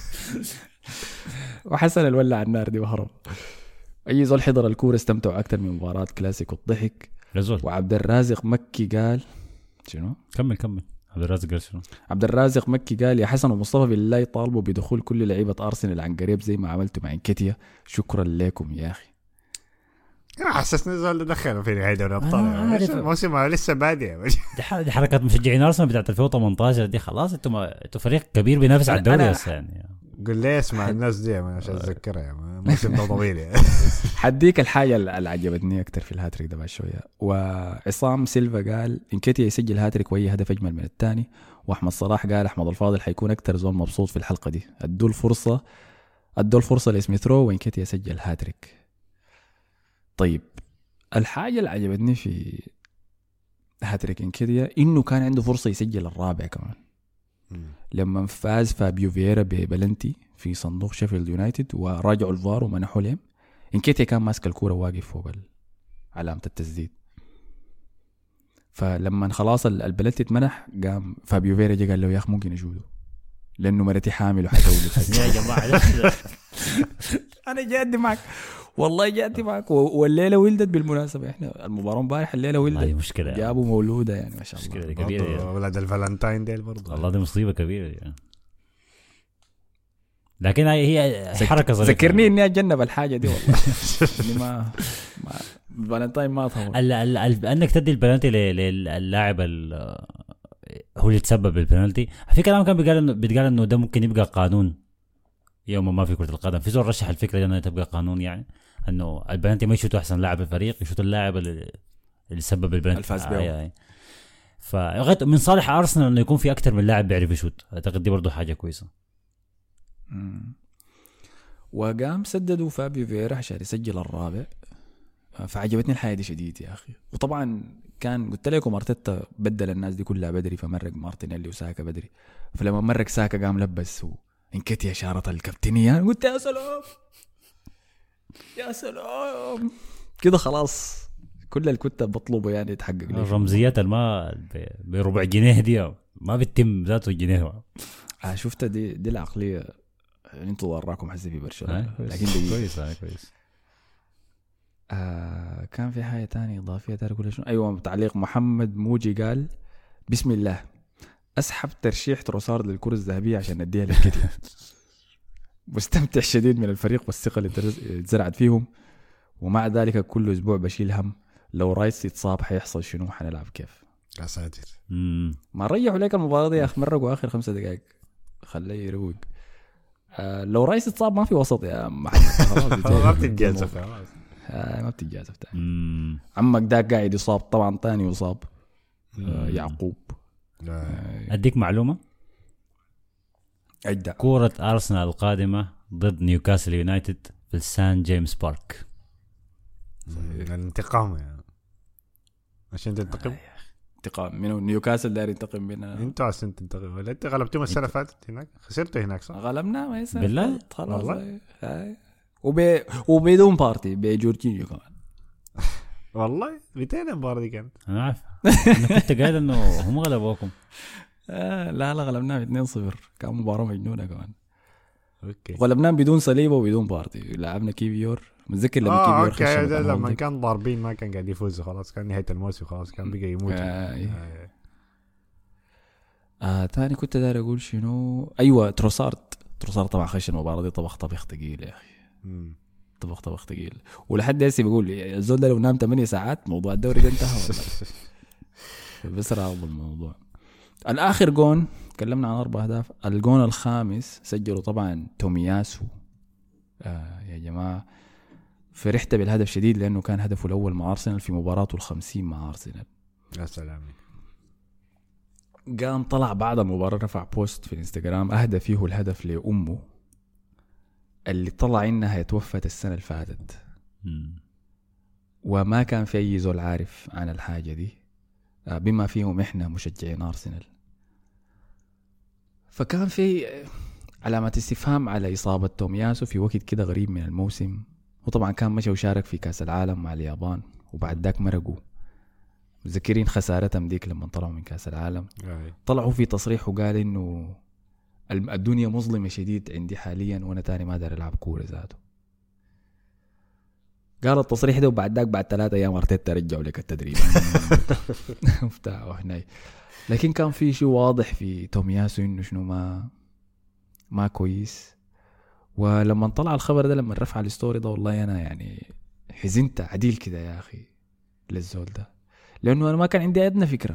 وحسن الولع النار دي وهرب. أي زول حضر الكورة استمتعوا أكثر من مباراة كلاسيكو الضحك.
رزول.
وعبد الرازق مكي قال شنو؟
كمل كمل. عبد الرازق قال شنو؟
عبد الرازق مكي قال يا حسن ومصطفى بالله يطالبوا بدخول كل لعيبة أرسنال عن قريب زي ما عملتوا مع انكتيا. شكرا لكم يا أخي.
حسسني زول دخلوا في نهاية دوري الأبطال. الموسم لسه بادئ.
دي حركات مشجعين أرسنال بتاعت ألفين وثمانية عشر دي. خلاص انتم انتم فريق كبير بينافس على الدوري هسه يعني.
قل لي اسمع الناس دي عشان اتذكرها موسم طويل يعني.
حديك الحاجه اللي عجبتني اكثر في الهاتريك ده بعد شويه. وعصام سيلفا قال انكتيا يسجل هاتريك واي هدف اجمل من الثاني. واحمد صلاح قال احمد الفاضل حيكون اكثر زول مبسوط في الحلقه دي. ادوا الفرصه ادوا الفرصه لسميث رو وانكتيا يسجل هاتريك. طيب الحاجه اللي عجبتني في هاتريك انكتيا انه كان عنده فرصه يسجل الرابع كمان لما فاز فابيو فييرا ببلنتي في صندوق شيفيلد يونايتد وراجعوا الفار ومنحوا لهم. انكيتيا كان ماسك الكوره واقف فوق علامه التسديد، فلما خلاص البلنتي اتمنح قام فابيو فييرا جا قال له يا اخي ممكن اشوده لانه مرتي حامل وحتولد.
يا جماعه
انا جادي معك والله جاتي معك. والليله ولدت بالمناسبه. احنا المباراه امبارح الليله ولدت.
هذه مشكله
جابوا مولوده يعني ما شاء الله.
مشكله كبيره يعني.
ولاد الفالنتاين ديل برضه.
والله دي مصيبه كبيره يعني. لكن هي حركه ظريفه.
ذكرني اني اتجنب الحاجه دي والله. اني ما ما الفالنتاين ما طول.
انك تدي البلنتي للاعب هو اللي تسبب بالبلنتي. في كلام كان بيقال انه بيتقال انه ده ممكن يبقى قانون يوم ما في كرة القدم. في زول رشح الفكرة دي انها تبقى قانون، يعني انه البلنتي ما يشوتوا احسن لاعب الفريق، يشوتوا اللاعب اللي سبب البلنتي
الفاز بيه.
آه فغير من صالح ارسنال انه يكون في اكتر من لاعب بيعرف يشوت. اعتقد دي برضه حاجة كويسة.
مم. وقام سددوا فابيو فييرا عشان يسجل الرابع. فعجبتني الحياة دي شديد يا اخي. وطبعا كان قلت لكم ارتيتا بدل الناس دي كلها بدري، فمرق مارتينيلي وساكا بدري. فلما مرق ساكا قام لبس هو انكتيا شارة الكابتنية. قلت يا سلام يا سلام كده خلاص كل اللي كنت بطلبه يعني يتحقق لي.
الرمزيات الما بربع جنيه دي ما بتتم ذاته الجنيه.
آه شفت دي دي العقلية انتوا وراكم حسي في برشلونة.
لكن دي كويس كويس.
آه كان في حاجة تانية إضافية تانية كل شنو. أيوة تعليق محمد موجي قال بسم الله أسحب ترشيح تروسارد للكرة الذهبية عشان نديها للكتيا. مستمتع شديد من الفريق والثقة اللي اتزرعت فيهم، ومع ذلك كل أسبوع بشيل هم لو رايس يتصاب حيحصل شنو، حنلعب كيف.
يا ساتر.
ما ريحوا لك المباراة دي يا أخي، مرقوا آخر خمسة دقائق خليه يروق. آه لو رايس يتصاب ما في وسط يا محمد.
ما بتتجازف
آه ما بتتجازف تاني. عمك ده قاعد يصاب طبعا، تاني يصاب آه يعقوب.
آه. أديك معلومة،
أجدع
كورة أرسنال القادمة ضد نيوكاسل يونايتد في السان جيمس بارك.
الانتقام يعني عشان تنتقم.
انتقام منو؟ نيوكاسل داير ينتقم مننا.
انتوا عشان تنتقم ولا انت غلبتوهم السنة فاتت هناك؟ خسرتوا هناك صح؟
غلبنا ما يسمع
بالله
خلاص هاي. وب وبدون بارتي بجورجينيو كمان.
والله مئتين المباراة دي كانت.
أنا عارف. أنا كنت قاعد إنه هم غلبوكم.
آه لا لا غلبناه اثنين صفر، كان مباراة مجنونة كمان.
اوكي.
غلبناه بدون صليبة وبدون بارتي. لعبنا كيفيور، متذكر لما
آه
كيفيور
خش
خش
لما كان ضاربين ما كان قاعد يفوز خلاص، كان نهاية الموسم خلاص، كان بقى يموت.
آه آه. آه تاني كنت داير اقول شنو. ايوه تروسارد تروسارد طبعا خش المباراة دي طبخ طبخ ثقيل يا اخي.
مم.
طبخ طبخ ثقيل، ولحد هسه بقول الزول ده لو نام ثمانية ساعات موضوع الدوري ده انتهى والله. بسرعة الموضوع. الآخر جون تكلمنا عن أربع أهداف. الجون الخامس سجلوا طبعا تومياسو. آه يا جماعة فرحت بالهدف شديد لأنه كان هدفه الأول مع أرسنال في مباراته الخمسين مع أرسنال.
يا سلام.
قام طلع بعد المباراة رفع بوست في الانستغرام أهدى فيه الهدف لأمه اللي طلع إنها يتوفت السنة اللي فاتت، وما كان في أي زول عارف عن الحاجة دي بما فيهم إحنا مشجعين أرسنال. فكان في علامة استفهام على إصابة تومياسو في وقت كده غريب من الموسم. وطبعا كان مشى وشارك في كأس العالم مع اليابان، وبعد ذاك مرقوا. مذكرين خسارتهم ديك لما طلعوا من كأس العالم. طلعوا في تصريح وقال إنه الدنيا مظلمة شديد عندي حاليا وأنا تاني ما دار ألعب كورة ذاته. قال التصريح ده، وبعد ذاك بعد ثلاثة أيام أرتيتا رجعوا لك التدريب. وفتاة هنا. لكن كان في شيء واضح في تومياسو إنه شنو ما ما كويس. ولما طلع الخبر ده، لما رفع الستوري ده، والله أنا يعني حزنت عديل كده يا أخي للزول ده، لأنه أنا ما كان عندي أدنى فكرة.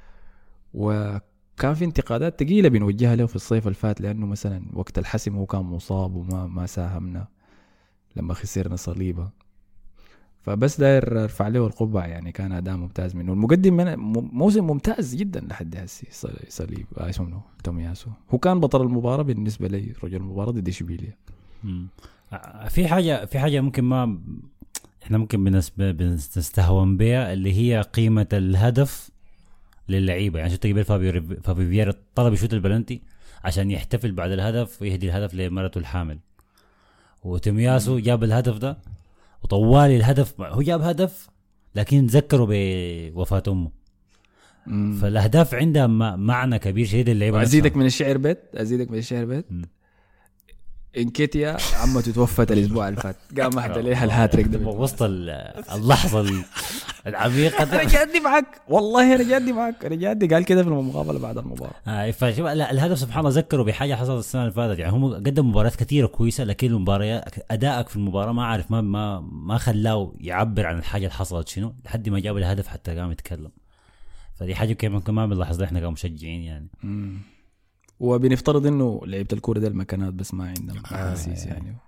وكان في انتقادات تقيلة بنوجهها له في الصيف الفات، لأنه مثلا وقت الحسم هو كان مصاب وما ما ساهمنا لما خسرنا صليبة. فبس داير ارفع له القبعة، يعني كان أداء ممتاز منه. المقدم من موسم ممتاز جدا لحد هسه. صليب آه اسمه تومياسو هو كان بطل المباراة بالنسبة لي، رجل المباراة ضد إشبيلية.
في حاجة في حاجة ممكن ما احنا ممكن بالنسبة بنستهون بها، اللي هي قيمة الهدف للعيبة. يعني شفت قبل فابيو فابيو فييرا طلب يشوت البلنتي عشان يحتفل بعد الهدف ويهدي الهدف لمرته الحامل، وتومياسو جاب الهدف ده وطوالي الهدف هو جاب هدف لكن تذكروا بوفاة أمه. مم. فالأهداف عندها معنى كبير شديد للعيبة.
أزيدك من الشعر بيت أزيدك من الشعر بيت إنكيتيا عمّا توفت الأسبوع اللي فات قام أحد عليها الهاتريك ده
وسط اللحظة العميقة.
أنا جادي معك والله، أنا جادي معك أنا جادي قال كده في المقابلة بعد المباراة.
آه فشوف لا الهدف سبحان الله ذكروا بحاجة حصلت السنة اللي فاتت. يعني هم قدموا مباريات كثيرة كويسة، لكن المباريات أدائك في المباراة ما عارف ما ما ما خلاه يعبر عن الحاجة اللي حصلت شنو لحد ما جاب الهدف حتى قام يتكلم. فدي حاجة كمان كمان بنلاحظها إحنا كمشجعين يعني.
مم. وبنفترض انه لعيبه الكوره ده المكانات بس ما عندهم احاسيس آه يعني.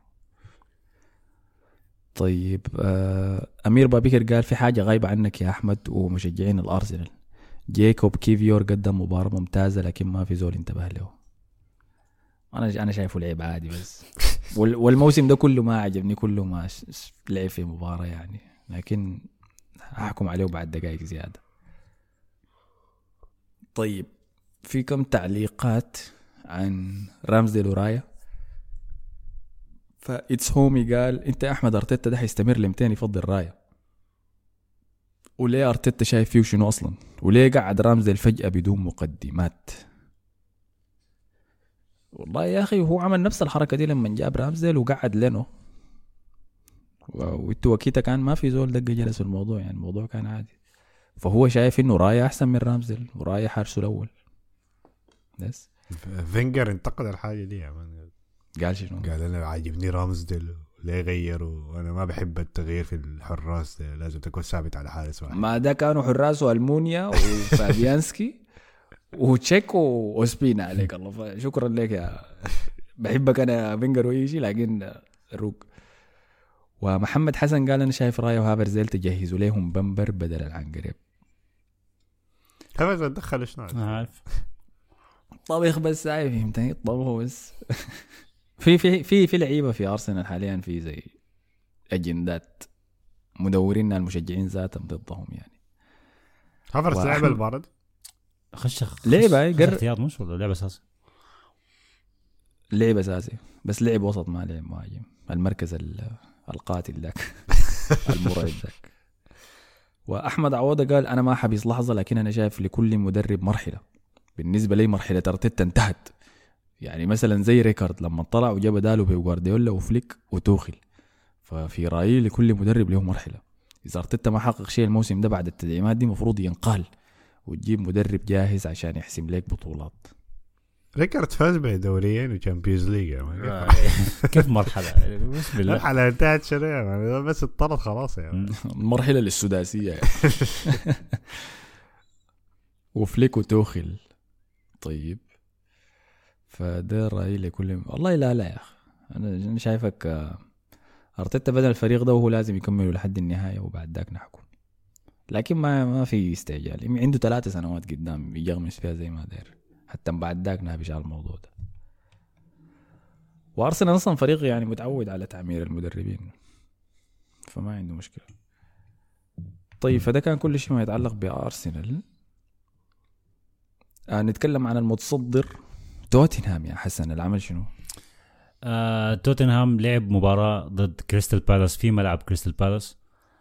طيب آه امير بابكر قال في حاجه غايبه عنك يا احمد ومشجعين الارسنال. جيكوب كيفيور قدم مباراه ممتازه لكن ما في زول انتبه له. انا انا شايفه لعب عادي بس. والموسم ده كله ما عجبني، كله ما لعب في مباراه يعني، لكن احكم عليه بعد دقائق زياده. طيب في كم تعليقات عن رامزديل ورايا. فإتس هومي قال انت احمد ارتيتا ده حيستمر لمتين يفضل رايا، وليه ارتيتا شايف فيه شنو اصلا، وليه قعد رامزديل فجأة بدون مقدمات. والله يا اخي هو عمل نفس الحركة دي لما جاب رامزديل وقعد لينو ويتو وكيتا كان ما في زول دقة جلس الموضوع، يعني الموضوع كان عادي. فهو شايف انه رايا احسن من رامزديل ورايا حارسه الاول بس.
فينجر انتقد الحاجه دي يا مان،
قال شنو؟
قال انا عاجبني رامزديل ليه غيروا، وانا ما بحب التغيير في الحراس، لازم تكون ثابت على حارس واحد.
ما ده كانوا حراسه المونيا وفابيانسكي وتشيك واوسبينا عليك الله، شكرا لك يا بحبك انا يا فينجر ويجي، لكن روك. ومحمد حسن قال انا شايف رايا وهافرزيل تجهزوا ليهم بمبر بدل العنقريب.
هذا تدخل شنو
عارف
طبيخ بس عارف فهمتني طبخه بس. في في في في لعيبه في ارسنال حاليا في زي اجندات مدورين المشجعين ذاتهم ضدهم يعني.
هافرز لعب المباراه دي
خش خش
لعبه يقر
احتياط مش ولا لعبه اساسي؟
لعب اساسي بس لعب وسط ما لعب مهاجم، المركز القاتل ذاك المرعب ذاك. واحمد عوضه قال انا ما حبيس لحظه، لكن انا شايف لكل مدرب مرحله. بالنسبه لي مرحله ارتيتا انتهت، يعني مثلا زي ريكارد لما طلع وجاب بداله بيب جوارديولا وفليك وتوخل. ففي رايي لكل مدرب له مرحله. اذا ارتيتا ما حقق شيء الموسم ده بعد التدعيمات دي مفروض ينقال وتجيب مدرب جاهز عشان يحسم لك بطولات.
ريكارد فاز بدوريين وشامبيونز ليج
كيف مرحله؟ بسم الله
مرحله انتهت شنو بس اضطرت خلاص يعني
المرحله للسداسيه وفليك وتوخل. طيب فده رأيي لكل والله لا لا يا أخي أنا شايفك أرتيتا بدل الفريق ده وهو لازم يكملوا لحد النهاية وبعد ذاك نحكم، لكن ما ما في استعجال. عنده ثلاثة سنوات قدام يجغمس فيها زي ما داير، حتى بعد ذاك نهبش على الموضوع ده. وأرسنال أصلا فريق يعني متعود على تعمير المدربين فما عنده مشكلة. طيب فده كان كل شيء ما يتعلق بأرسنال. آه نتكلم عن المتصدر توتنهام. يا حسن العمل شنو؟
آه، توتنهام لعب مباراة ضد كريستال بالاس في ملعب كريستال بالاس،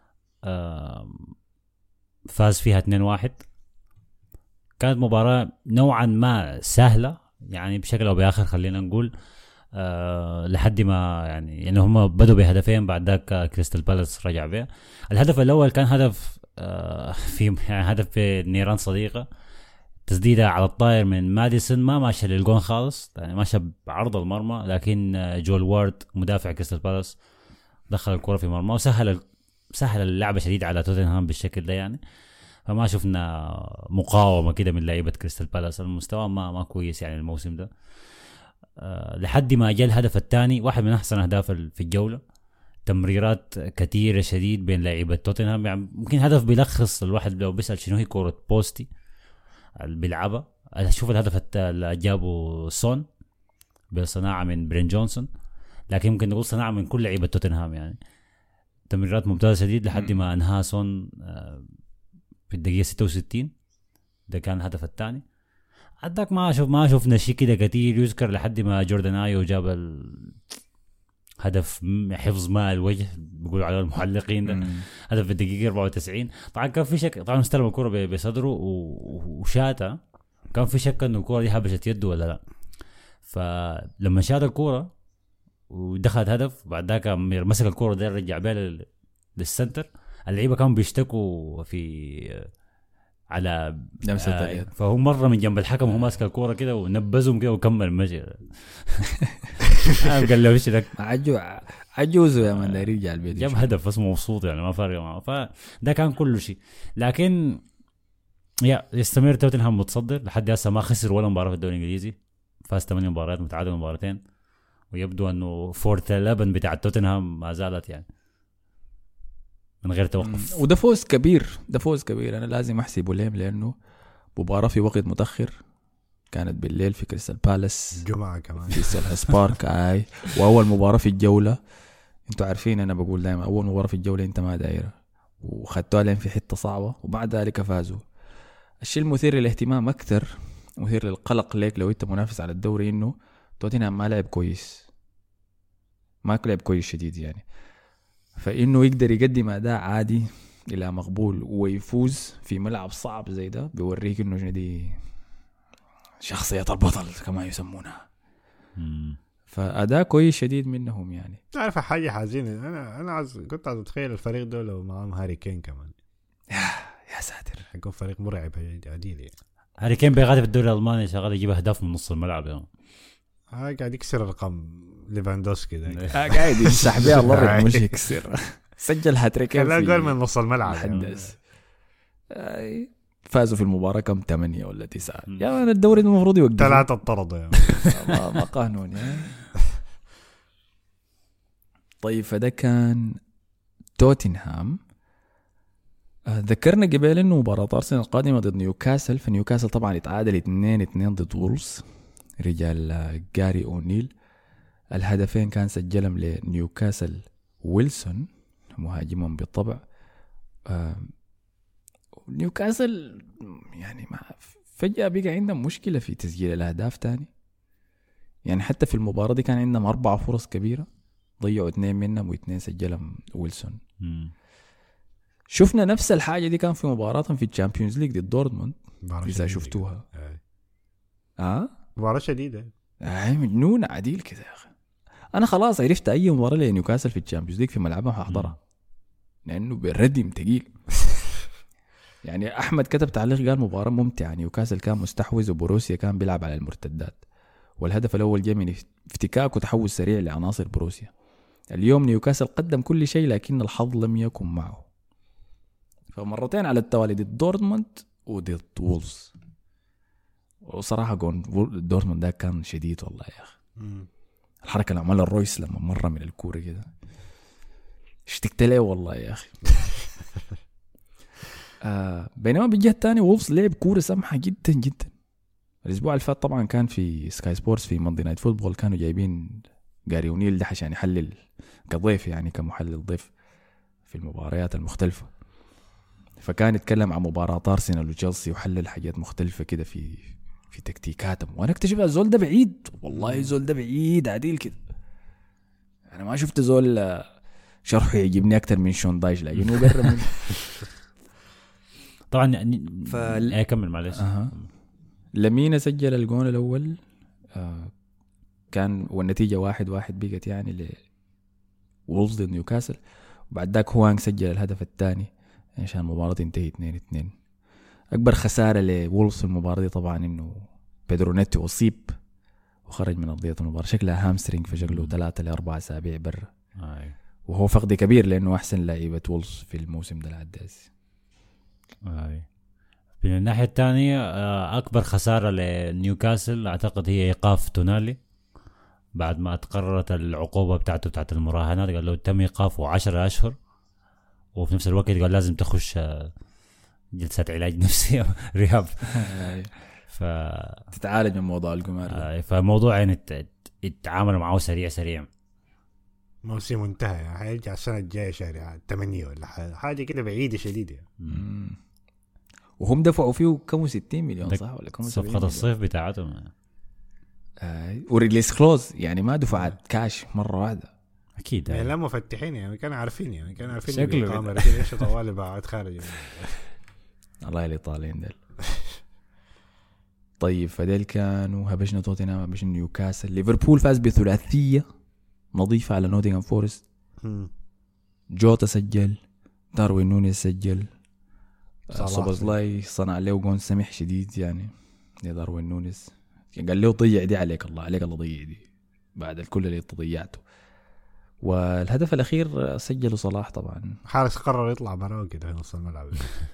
آه، فاز فيها اثنين واحد. كانت مباراة نوعا ما سهلة يعني بشكل أو بآخر خلينا نقول، أه لحد ما يعني يعني هم بدوا بهدفين بعد ذاك كريستال بالاس رجع بيه. الهدف الأول كان هدف أه في يعني هدف في نيران صديقة، تسديدة على الطاير من ماديسون ما ماشي للجون خالص يعني ماشي بعرض المرمى، لكن جول وارد مدافع كريستال بالاس دخل الكرة في مرمى وسهل سهل اللعبة شديد على توتنهام بالشكل ده يعني. فما شفنا مقاومة كده من لعيبة كريستال بالاس، المستوى ما ما كويس يعني الموسم ده. أه لحد ما جاء الهدف الثاني، واحد من أحسن أهداف في الجولة، تمريرات كثيرة شديد بين لعيبة توتنهام يعني ممكن هدف بيلخص الواحد لو بيسأل شنو هي كرة بوستي بيلعبها. أشوف الهدف اللي جابه سون بصناعة من برين جونسون، لكن ممكن نقول صناعة من كل لعيبة توتنهام يعني. تمريرات ممتازة شديد لحد ما انهى سون في الدقيقة ستة وستين، ده كان الهدف الثاني. عداك ما شوف ما شفنا شيء كده كتير يذكر لحد ما جوردان آيو جاب الهدف حفظ ماء الوجه بيقولوا على المحلقين ده، هدف في الدقيقة أربعة وتسعين. طبعا كان في شك، طبعا استلم الكرة بصدره وشاتها، كان في شك انه الكرة دي هبشت يده ولا لا. فلما شات الكرة ودخلت هدف بعد ذاك مسك الكرة ده رجع بها للسنتر، اللعيبة كانوا بيشتكوا في على
لمسة
آه فهو مرة من جنب الحكم وهو ماسك الكورة كده ونبزهم كده وكمل المشي. قال له ايش لك
عجو عجوزه يا من داير يرجع البيت،
جاب هدف بس مبسوط يعني ما فارق معه. فده كان كله شيء، لكن يا يستمر توتنهام متصدر لحد هسه، ما خسر ولا مباراة في الدوري الانجليزي، فاز ثمانية مباريات متعادل مباراتين، ويبدو انه فورت لبن بتاع توتنهام ما زالت يعني من غير توقف.
وده فوز كبير، ده فوز كبير انا لازم احسبه لهم، لانه مباراة في وقت متأخر كانت بالليل في كريستال بالاس
الجمعة كمان
في سيلهرس بارك اي، واول مباراة في الجولة. انتوا عارفين انا بقول دائما اول مباراة في الجولة انت ما دايرة، وخدتوا لهم في حتة صعبة وبعد ذلك فازوا. الشيء المثير للاهتمام اكثر، مثير للقلق ليك لو انت منافس على الدوري، انه توتنهام ما لعب كويس، ما لعب كويس شديد يعني. فإنه يقدر يقدم أداء عادي إلى مقبول ويفوز في ملعب صعب زي ده، بيوريك إنه دي شخصية البطل كما يسمونها. فأداء كويس شديد منهم يعني.
تعرف حاجة حزينة، أنا أنا عايز كنت عايز أتخيل الفريق ده لو معهم هاري كين كمان.
يا ساتر،
حيكون فريق مرعب عديل يعني.
هاري كين بيغادر في الدوري الألماني شغال يجيب أهداف من نص الملعب يعني.
ها قاعد يكسر رقم ليفاندوسكي ده.
قاعد يمسح بيها الله مش يكسر. سجل هاتريكين
لا
في
جول من نص الملعب
حدث. فازوا في المباراة كم ثمانية ولا تسعة يا مان. الدوري المفروض يوقف
ثلاثة طردوا يعني.
ما ما قانون يعني. طيب فده كان توتنهام. ذكرنا قبل انه مباراة أرسنال القادمة ضد نيوكاسل، فنيوكاسل طبعا يتعادل اثنين اثنين ضد وولفز رجال جاري أونيل. الهدفين كان سجلهم لنيوكاسل ويلسون مهاجمهم بالطبع. آه نيوكاسل يعني ما فجأة بقى عندهم مشكلة في تسجيل الأهداف تاني يعني. حتى في المباراة دي كان عندهم أربع فرص كبيرة ضيعوا اثنين منهم واثنين سجلهم ويلسون.
مم.
شفنا نفس الحاجة دي كان في مباراتهم في الشامبيونز ليج ضد دورتموند إذا شفتوها.
اه مباراة شديدة
آه مجنون عديل كده يا أخي. أنا خلاص عرفت أي مباراة لنيوكاسل في الشامبيونز ليج في ملعبهم هحضرها لأنه بردم تقيل. يعني أحمد كتب تعليق قال مباراة ممتعة، نيوكاسل كان مستحوذ وبروسيا كان بيلعب على المرتدات، والهدف الأول جاء من افتكاك وتحول سريع لعناصر بروسيا. اليوم نيوكاسل قدم كل شيء لكن الحظ لم يكن معه، فمرتين على التوالي ضد دورتموند وضد وولفز. وصراحة قول دورتموند ده كان شديد والله يا أخي. الحركة اللي عملها الرويس لما مرة من الكورة كده اشتكت له والله يا أخي. آه بينما بالجهة الثانية وولفز لعب كورة سمحة جدا جدا. الأسبوع اللي فات طبعا كان في سكاي سبورتس في ماندي نايت فوتبول كانوا جايبين جاري أونيل ده عشان يحلل كضيف يعني كمحلل ضيف في المباريات المختلفة، فكان يتكلم عن مباراة أرسنال وتشيلسي وحلل حاجات مختلفة كده في في تكتيكاتهم. وانا اكتشف الزول ده بعيد والله، الزول ده بعيد عديل كده. انا ما شفت زول شرحه يعجبني اكتر من شون دايش لكنه برا من
طبعا يعني فال... ايه كمل معلش.
أه. لمين سجل الجون الاول آه كان والنتيجة واحد واحد بقت يعني لولفز ضد نيوكاسل، وبعد ذاك هوانغ سجل الهدف الثاني عشان المباراة تنتهي اثنين اثنين. أكبر خسارة لولفز في المباراة دي طبعا إنه بيدرو نيتو أصيب وخرج من أرضية المباراة، شكلها هامسترينج فشكله ثلاثة لأربع أسابيع برا.
آه.
وهو فقد كبير لأنه أحسن لاعيبة وولفز في الموسم ده العداز.
آه. من الناحية الثانية أكبر خسارة لنيوكاسل أعتقد هي إيقاف تونالي بعد ما تقررت العقوبة بتاعته بتاعت المراهنات. قال له تم إيقافه عشرة أشهر، وفي نفس الوقت قال لازم تخش جلسة علاج نفسي رياب ف
تتعالج من موضوع القمار.
آه فموضوع يعني يتعاملوا معه سريع سريع.
موسم انتهى يعني هيرجع السنة الجاية شهر ثمانية ولا حاجة كده بعيدة شديدة.
وهم دفعوا فيه كم ستين مليون صح ولا كم
صفقة الصيف بتاعتهم.
آه وريليس كلوز يعني ما دفعت كاش مرة واحدة
أكيد
يعني لا مفتحين يعني كانوا عارفين يعني كانوا عارفين
شكله
الكاميرا كده إيش طوالي بعد خارج.
الله الإيطاليين دل. طيب فديل كانوا هبشنا توتنهام هبشنا نيوكاسل. ليفربول فاز بثلاثية نظيفة على نوتنغهام فورست. جوتا سجل، داروين نونيز سجل، سوبوزلاي صنع له جون سمح شديد يعني يا داروين نونيز. قال له ضيع دي عليك الله عليك الله ضيع دي بعد الكل اللي ضيعته. والهدف الأخير سجله صلاح طبعا.
حارس قرر يطلع برا كده في نص الملعب.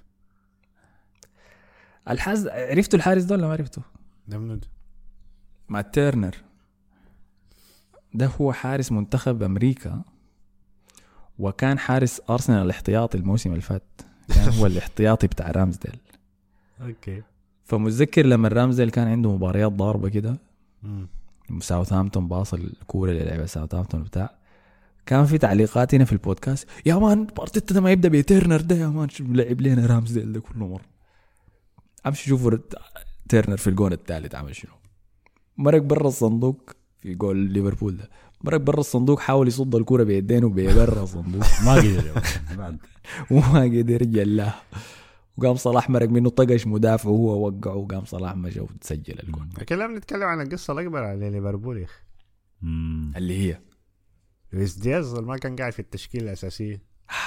الحارس عرفتوا الحارس ده ولا ما عرفته؟
ده
مع تيرنر ده هو حارس منتخب أمريكا وكان حارس أرسنال الاحتياطي الموسم اللي فات، كان هو الاحتياطي بتاع رامزديل.
اوكي.
فمتذكر لما رامزديل كان عنده مباريات ضاربة كده ساوثهامبتون باصل الكورة اللي لعبها ساوثهامبتون بتاع، كان في تعليقات هنا في البودكاست يا مان بارتيتا ما يبدأ بتيرنر ده يا مان شو لعب لنا رامزديل ده كل مرة. امشي شوفوا تيرنر في الجون الثالث عمل شنو، مرق برا الصندوق في جول ليفربول ده، مرق برا الصندوق حاول يصد الكرة بيدين وبيبرا الصندوق
ما قدر
وما قدر جلاه، وقام صلاح مرق منه طقش مدافع وهو وقعه وقام صلاح مشى وتسجل الجول.
كلام نتكلم عن القصة الأكبر على ليفربول يا أخي.
مم.
اللي هي
لويس دياز ما كان قاعد في التشكيله الاساسيه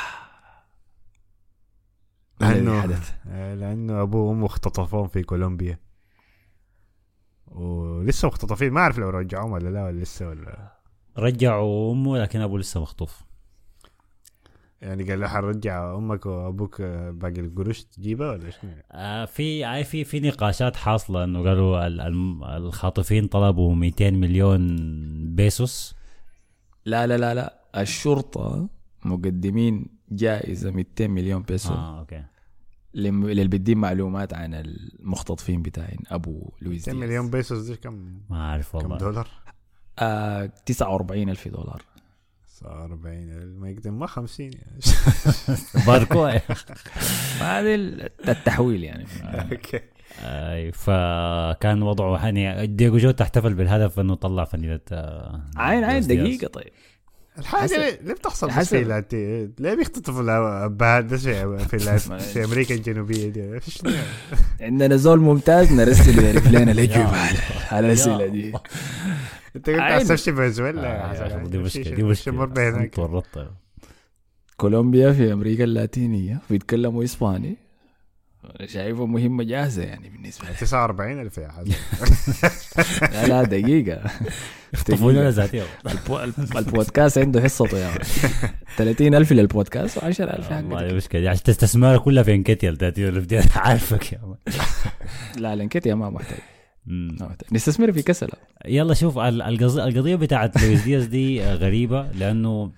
ما الذي
لانه
حدث؟
آه، لانه ابوه وامه اختطفوهم في كولومبيا ولسه مختطفين. ما اعرف لو رجعوهم ولا لا ولا لسه ولا
رجعوا امه لكن ابوه لسه مخطوف.
يعني قال له حنرجع امك وابوك باقي القروش تجيبها ولا شنو؟
آه في آه في في نقاشات حاصله انه قالوا ال- ال- الخاطفين طلبوا مئتين مليون بيسوس.
لا لا لا لا الشرطة مقدمين جائزة مئتين مليون بيسو
اه اوكي.
لم- اللي بيدين معلومات عن المختطفين بتاعين أبو لويس
مئتين
دياز.
مليون بيسوس دي كم
ما اعرف
كم
والله.
دولار؟
آه تسعة وأربعين ألف دولار.
أربعين ما يقدم ما خمسين يعني.
باركوا.
هذا التحويل يعني.
اوكي.
اي فكان وضعه يعني دييغو جوتا احتفل بالهدف انه طلع فنيله آه،
عين عين
لويس دياز.
دقيقة طيب.
الحاجه
حسن-
ليه ليه بتحصل
حسن-
بس في لاتي؟ ليه بيختطفوا الابهات بس في في, لا- في امريكا الجنوبيه دي في شنو يعني؟
عندنا زول ممتاز نرسل يعرف لنا الإجابة على على الأسئلة
يا
دي.
الله.
انت قلت
عين.
عسفت فنزويلا
آه،
يا
يا أخي،
حسن.
دي
شي-
مشكله
شي-
دي
شي
مشكله
مر بهناك.
ورطت.
كولومبيا في أمريكا اللاتينية بيتكلموا إسباني. شايفه مهمة جاهزة يعني بالنسبة لي.
تسعة وأربعين ألف يا حسن.
لا لا دقيقة.
طفولة ذاتية.
البو- البودكاست عنده حصته يا يعني. ثلاثين ألف للبودكاست وعشرة ألف
والله
حقك.
دي مشكله عشان تستثمر كلها في انكتيل ثلاثين ألف دي عارفك يا مان.
لا لانكتيا ما محتاج.
مم.
ما محتاج. نستثمر في كسلة.
يلا شوف ال- القض- القضيه بتاعت لويس دياز دي آه، غريبه لانه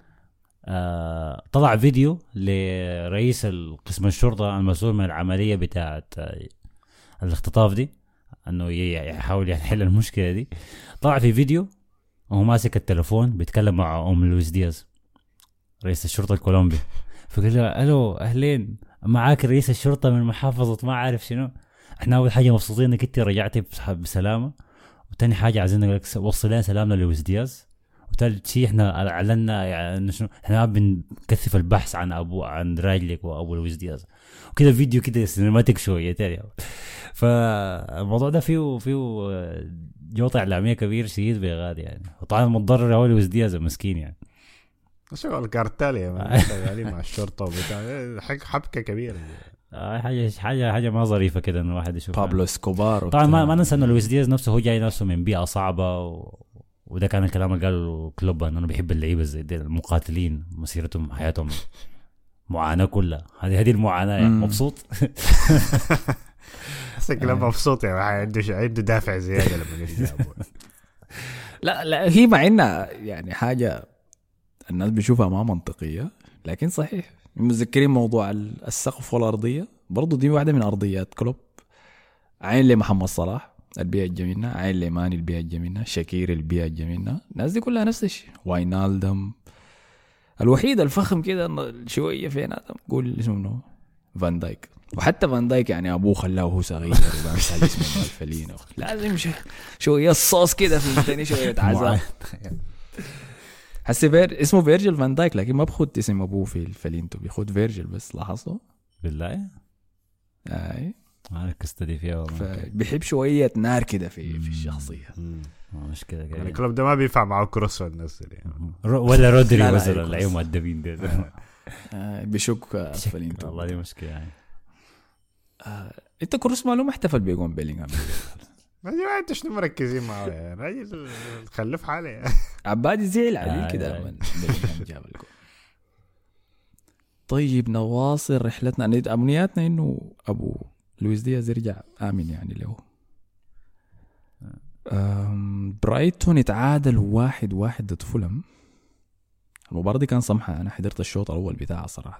آه طلع فيديو لرئيس قسم الشرطه المسؤول من العمليه بتاعت آه، الاختطاف دي انه ي- يحاول يحل المشكله دي. طلع في فيديو وهو ماسك التليفون بيتكلم مع ام لويس دياز رئيس الشرطه الكولومبي. فقال له الو اهلين معاك رئيس الشرطه من محافظه ما عارف شنو. احنا اول حاجه مبسوطين انك انت رجعتي بس- بسلامه. وتاني حاجه عايزين نقول لك وصل لنا سلامنا لويس دياز. وثالث شيء احنا اعلنا يعني شنو احنا بنكثف البحث عن ابو عن راجلك وابو لويس دياز. وكده فيديو كده سينماتيك شويه تاني. فالموضوع ده فيه فيه جوطة إعلامية كبير شديد بغاد يعني. وطبعا متضرر هو لويس دياز مسكين يعني.
شغل كارتال يا مان شغالين مع الشرطه وبتاع حق حبكه كبيره.
آه، حاجه حاجه حاجه ما ظريفه كده انه الواحد يشوف.
بابلو اسكوبار.
طبعا ما, ما ننسى انه لويس دياز نفسه هو جاي نفسه من بيئه صعبه و... وده كان الكلام اللي قاله كلوب انه بيحب اللعيبه زي دي المقاتلين مسيرتهم حياتهم معاناه كلها. هذه هذه المعاناه يعني. مبسوط.
حسك لما مبسوط يعني عنده عنده دافع زياده لما يجي أبوه.
لا لا هي مع انها يعني حاجة الناس بيشوفها ما منطقية لكن صحيح. متذكرين موضوع السقف والأرضية برضو دي واحدة من أرضيات كلوب. عين لمحمد صلاح البيئة الجميلة. عين لماني البيئة الجميلة. شاكير البيئة الجميلة. الناس دي كلها نفس الشيء. واينالدم الوحيد الفخم كده شوية فينا قول اسمه منه فان دايك. وحتى فان دايك يعني أبوه خلاه وهو صغير وبامثال اسمه الفلين لازم شو شوية الصوص كده في الثاني شوية عزاء. حسي فير اسمه فيرجل فان دايك لكن ما بخد اسم أبوه في الفلينتو بيخد فيرجل بس. لاحظوا
بالله
اي
ما ركزت دي فيها والله.
فبيحب شوية نار كده في في الشخصية.
مش كده
يعني
كده.
الكلوب ده ما بينفع معه كروس والناس دي يعني.
رو- ولا رودري
لا لا
مثلا
يكون.
اللعيبه مؤدبين دي.
آه بيشك الفلينتو.
والله دي مشكله يعني.
انت كروس ماله ما احتفل بيقوم بيلينغهام.
ما دي ما انت شنو مركزين معه يا راجل خلف حالي.
عبادي زعل عليه
آه،
كده
آه.
من بيلينغهام جاب الجول. طيب نواصل رحلتنا. امنياتنا انه ابو لويس دياز يرجع امن يعني له. أم، برايتون اتعادل واحد واحد ضد فولم. المباراة دي كان سمحة. انا حضرت الشوط الاول بتاعها صراحة.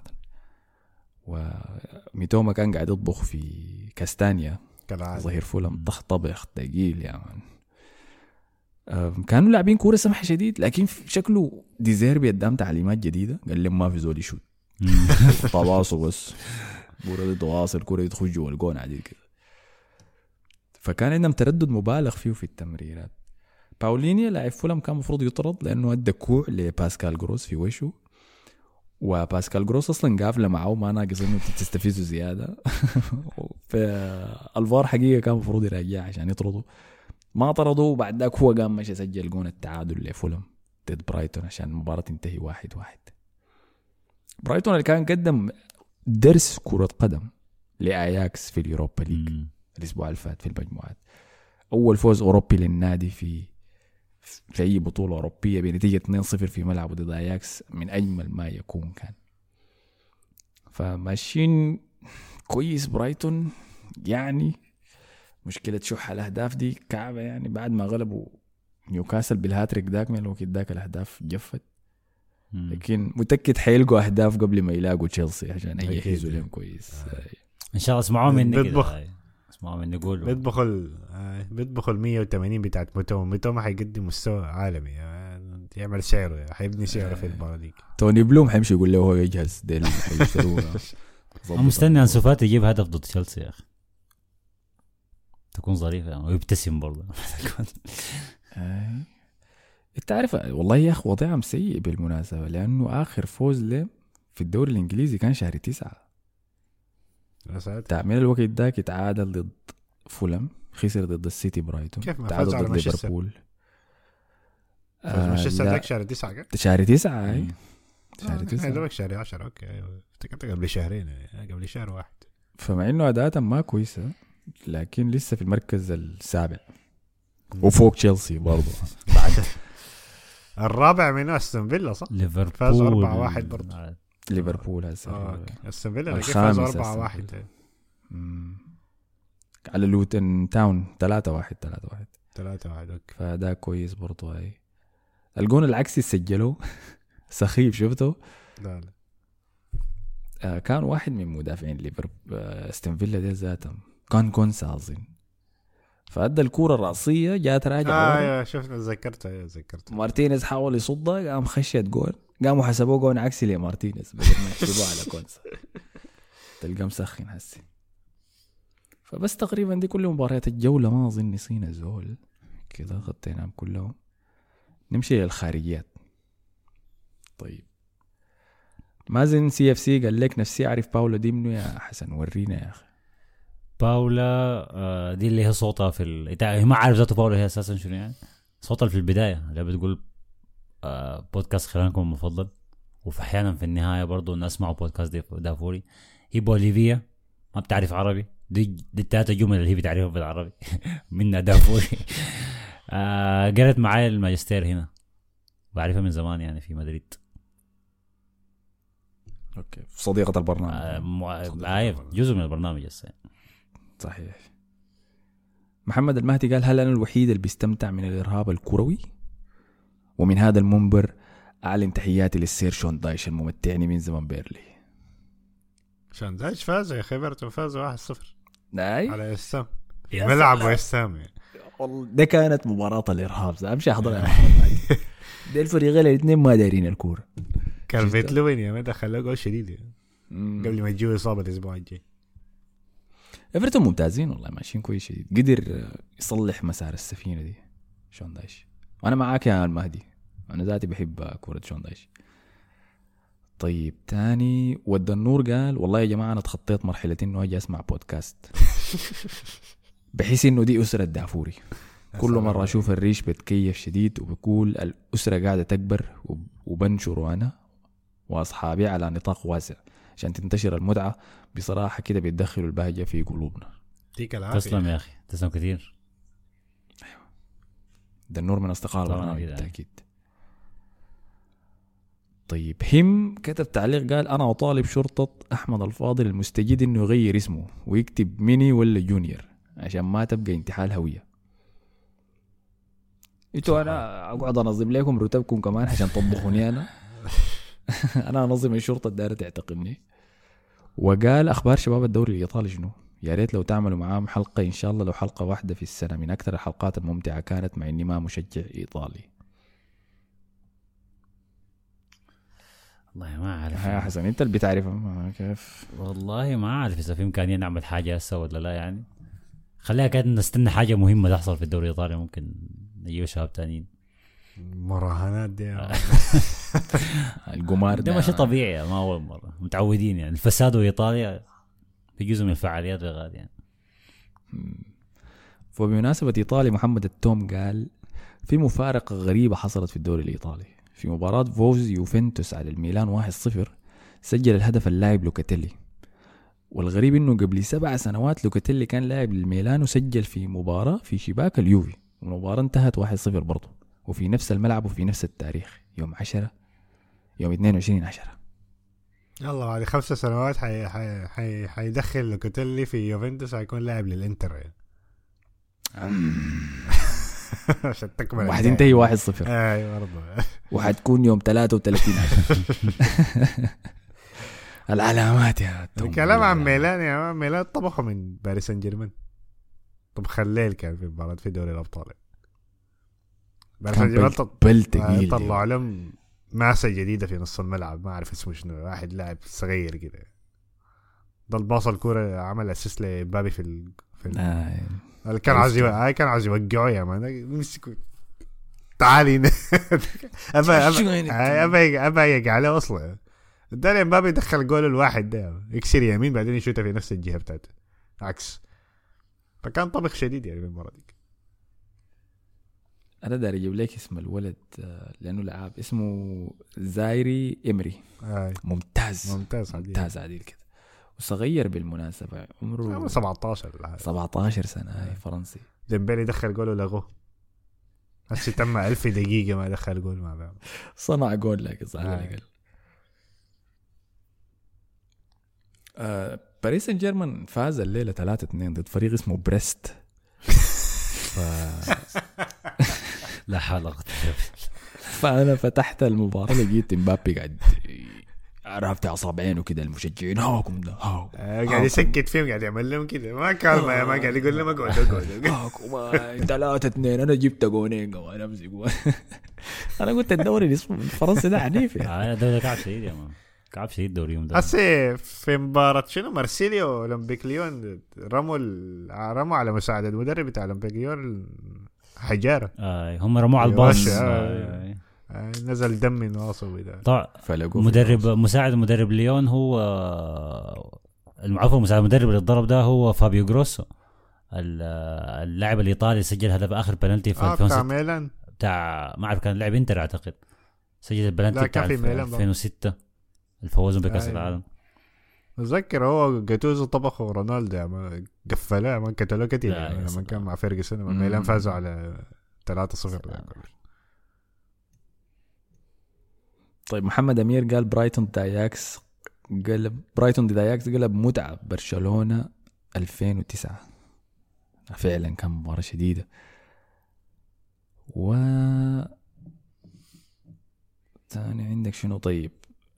وميتوما كان قاعد يطبخ في كاستانيا
كالعادة.
ظهير فولم. طخ طبخ ثقيل يا مان. أم، كانوا لاعبين كورة سمحة شديد لكن شكله ديزيربي قدام تعليمات جديدة قال لهم ما في زول يشوت تواصل بس كورة دي تواصل كورة دي تخش جوا الجون عديد كده. فكان عندهم تردد مبالغ فيه في التمريرات. باولينيا لاعب فولم كان مفروض يطرد لأنه أدى كوع لباسكال جروس في وشه. وباسكال جروس أصلا قافلة معه ما ناقص إنه تستفيزه زيادة. فالفار حقيقة كان مفروض يراجع عشان يطرده. ما طردوه. بعد ذاك هو قام مشى سجل جون التعادل لفولم ضد برايتون عشان المباراة تنتهي واحد واحد. برايتون اللي كان قدم درس كرة قدم لأياكس في اليوروبا ليج الأسبوع اللي فات في المجموعات. أول فوز أوروبي للنادي في في أي بطولة أوروبية بنتيجة اثنين صفر في ملعبه ضد أياكس من أجمل ما يكون كان. فماشيين كويس برايتون يعني. مشكلة شح الأهداف دي كعبة يعني بعد ما غلبوا نيوكاسل بالهاتريك داك من الوقت داك الأهداف جفت. لكن متأكد حيلقوا أهداف قبل ما يلاقوا تشيلسي عشان يجهزوا لهم كويس.
آه. إن شاء الله اسمعوا مني كده. اسمعوا مني قولوا.
بيطبخوا ال بيطبخوا ال مية وثمانين بتاعت متوم. متوم حيقدم مستوى عالمي يعني. يعمل سعره حيبني سعره في المباراة دي.
توني بلوم حيمشي يقول له هو يجهز ديل حيشتروه.
مستني أنسو فاتي يجيب هدف ضد تشيلسي يا أخي. تكون ظريفة يعني. ويبتسم برضه.
انت عارف والله يا اخ وضعهم سيء بالمناسبة لأنه آخر فوز له في الدوري الإنجليزي كان شهر تسعة. تعمل الوقت داك يتعادل ضد فولم خسر ضد السيتي برايتون تعادل ضد ليفربول.
مانشستر ذاك شهر تسعة كان
شهر تسعة اي شهر
تسعة دوك شهر عشرة. اوكي افتكرت قبل شهرين قبل شهر واحد.
فمع انه اداء ما كويسة لكن لسه في المركز السابع وفوق تشيلسي برضه. بعد
الرابع من استون فيلا صح؟
ليفربول
فاز أربعة واحد برضه.
ليفربول هسه
اه استون فيلا كيف فاز أربعة واحد
على لوتن تاون ثلاثة واحد ثلاثة واحد
ثلاثة واحد. اوكي
فده كويس برضه. هاي الجون العكسي سجلوه سخيف شفته.
لا لا
آه كان واحد من مدافعين ليفربول استون فيلا دي ذاتهم كان كونسا اظن. فأدى الكورة الرأسية جات راجعة.
آه شفنا ذكرتها ذكرتها.
مارتينيز حاول يصدها قام خشت جول قاموا حسبوه جون عكسي لمارتينيز بدل ما يحسبوه على كونسا. تلقى مسخن هسي. فبس تقريبا دي كل مباريات الجولة ما أظن نسينا زول كده غطيناهم كلهم. نمشي للخارجيات. طيب مازن سي اف سي قال لك نفسي أعرف باولا دي منه يا حسن ورينا يا أخي.
باولا دي اللي هي صوتها في ال... ما عارف ذاته باولا هي أساسا شنو يعني. صوتها في البداية اللي بتقول بودكاست خلانكم المفضل وفي أحيانا في النهاية برضو الناس اسمعوا بودكاست دافوري. هي بوليفيا ما بتعرف عربي. دي دي التلاتة جمل اللي هي بتعرفها بالعربي منها دافوري. آه قرأت معايا الماجستير هنا بعرفها من زمان يعني في مدريد.
اوكي صديقة البرنامج.
آه مو... جزء من البرنامج السنة.
صحيح. محمد المهدي قال هل أنا الوحيد اللي بيستمتع من الإرهاب الكروي؟ ومن هذا المنبر أعلن تحياتي للسير شون دايش الممتعني من زمن بيرلي.
شون دايش فاز يا خبرته فاز واحد صفر
ناي
على السام ملعب ويستام.
والله ده كانت مباراة الإرهاب. أمشي أحضرها. ده الفريقين الاثنين ما دارين الكورة.
كالفيت لوين يا مدى خلاه جول شديد يعني. قبل ما يجيو إصابة الأسبوع الجاي.
إفرتون ممتازين والله ماشيين كويس شديد. قدر يصلح مسار السفينة دي شون دايش. وأنا معاك يا المهدي أنا ذاتي بحب كورة شون دايش. طيب تاني ود النور قال والله يا جماعة أنا تخطيت مرحلة إنه أجي أسمع بودكاست بحيث إنه دي أسرة دافوري. كل مرة أشوف الريش بتكيف شديد وبقول الأسرة قاعدة تكبر وبنشر أنا وأصحابي على نطاق واسع عشان تنتشر المتعة. بصراحة كده بيتدخلوا البهجة في قلوبنا.
تسلم يا أخي تسلم كثير.
ده النور من أصدقاء البرنامج بالتأكيد. طيب هم كتب تعليق قال أنا أطالب شرطة أحمد الفاضل المستجد إنه يغير اسمه ويكتب ميني ولا جونيور عشان ما تبقى انتحال هوية. إنتوا أنا أقعد أنظم لكم رتبكم كمان عشان تطبخوني أنا. أنا أنظم الشرطة الدائرة تعتقلني. وقال أخبار شباب الدوري الإيطالي شنو؟ يا ريت لو تعملوا معاهم حلقة إن شاء الله لو حلقة واحدة في السنة. من أكثر الحلقات الممتعة كانت مع إني ما مشجع إيطالي.
والله ما أعرف
يا حسن أنت اللي بتعرف كيف.
والله ما أعرف إذا في إمكانية نعمل حاجة هسه ولا لا يعني. خليها كده نستنى حاجة مهمة تحصل في الدوري الإيطالي ممكن نجيب شباب تانيين.
مراهنات دي
القمار ده مش طبيعي ما أول مرة متعودين يعني. الفساد وإيطاليا في جزء من الفعاليات الغالية يعني.
فبمناسبة إيطالي محمد التوم قال في مفارقة غريبة حصلت في الدوري الإيطالي. في مباراة فوز يوفنتوس على الميلان واحد صفر سجل الهدف اللاعب لوكاتيلي. والغريب إنه قبل سبع سنوات لوكاتيلي كان لاعب للميلان وسجل في مباراة في شباك اليوفي، والمباراة انتهت واحد صفر برضه، وفي نفس الملعب وفي نفس التاريخ يوم عشرة يوم اثنين وعشرين عشرة.
يلا بعد خمس سنوات حي حي حي حيدخل لوكاتيلي في يوفنتوس، حيكون لاعب للإنتر يعني. عشان تكمل
وحتنتهي واحد صفر.
ايوه برضه.
وحتكون يوم ثلاثة وثلاثين عشرة. العلامات يا توم.
الكلام عن ميلان يا مان، ميلان طبخوا من باريس سان جيرمان. طبخ الليل كان في مباراة في دوري الأبطال. باريس سان جيرمان
تقيل
طلعوا لهم ماسة جديدة في نص الملعب، ما أعرف اسمه شنو، واحد لاعب صغير كده ضل باص الكورة، عمل أسيست لبابي في ال... في ال... آه. كان عايز هاي كان عايز يوقعه يا مان. مسكوا تعالي أبا أبا أبا أبا يقع له أصلا. الدالي مبابي يدخل جول الواحد ده يكسر يمين بعدين يشوتها في نفس الجهة بتاعته عكس. فكان طبخ شديد يعني في المباراة دي.
أنا داري أجيب لك اسم الولد لأنه لعب اسمه زايري إمري.
آه.
ممتاز
ممتاز
ممتاز عديل كده، وصغير بالمناسبة عمره
سبعتاشر
سبعتاشر سنة. هاي فرنسي.
ديمبلي دخل جول ولغوه هسي تم ألف دقيقة ما دخل جول ما بعمل.
صنع جول لكن صح
آه.
لك. آه باريس سان جيرمان فاز الليلة ثلاثة اثنين ضد فريق اسمه بريست. ف...
لا حول.
فأنا فتحت المباراة لقيت مبابي قاعد عرفت أصابعينه كده المشجعين هاكم ده هاكم
آه قاعد يسكت فيهم قاعد يعمل لهم كده ما كان ما, ما قاعد يقول لهم اقعد اقعد
هاكم ثلاثة اثنين أنا جبت جونين كمان أمسك. أنا قلت الدوري الفرنسي ده عنيف
يعني. آه دوري كعب شديد يا مان، كعب شديد دوري يوم ده.
هسه في مباراة شنو مارسيليا اولمبيك ليون رموا رموا على مساعدة المدرب بتاع اولمبيك ليون حجارة.
آه هم رموا على الباص.
آه. آه. آه. نزل دم من واصل ده.
طبعا مدرب مساعد مدرب ليون هو المعفو مساعد مدرب اللي اتضرب ده هو فابيو جروسو اللاعب الايطالي سجل هدف اخر بنالتي في
آه
ألفين وستة
بتاع ميلان
بتاع ما اعرف كان لاعب انتر اعتقد سجل البنالتي بتاع ألفين وستة الفوز بكأس العالم.
متذكر هو جاتوزو طبخه رونالدو يعني قفلاه ما قتلوه كتير يعني لما كان مع فيرجسون ميلان فازوا على ثلاثة صفر.
طيب محمد أمير قال برايتون داياكس قلب برايتون داياكس قلب متعة برشلونة ألفين وتسعة. فعلا كان مباراة شديدة. و ثاني عندك شنو؟ طيب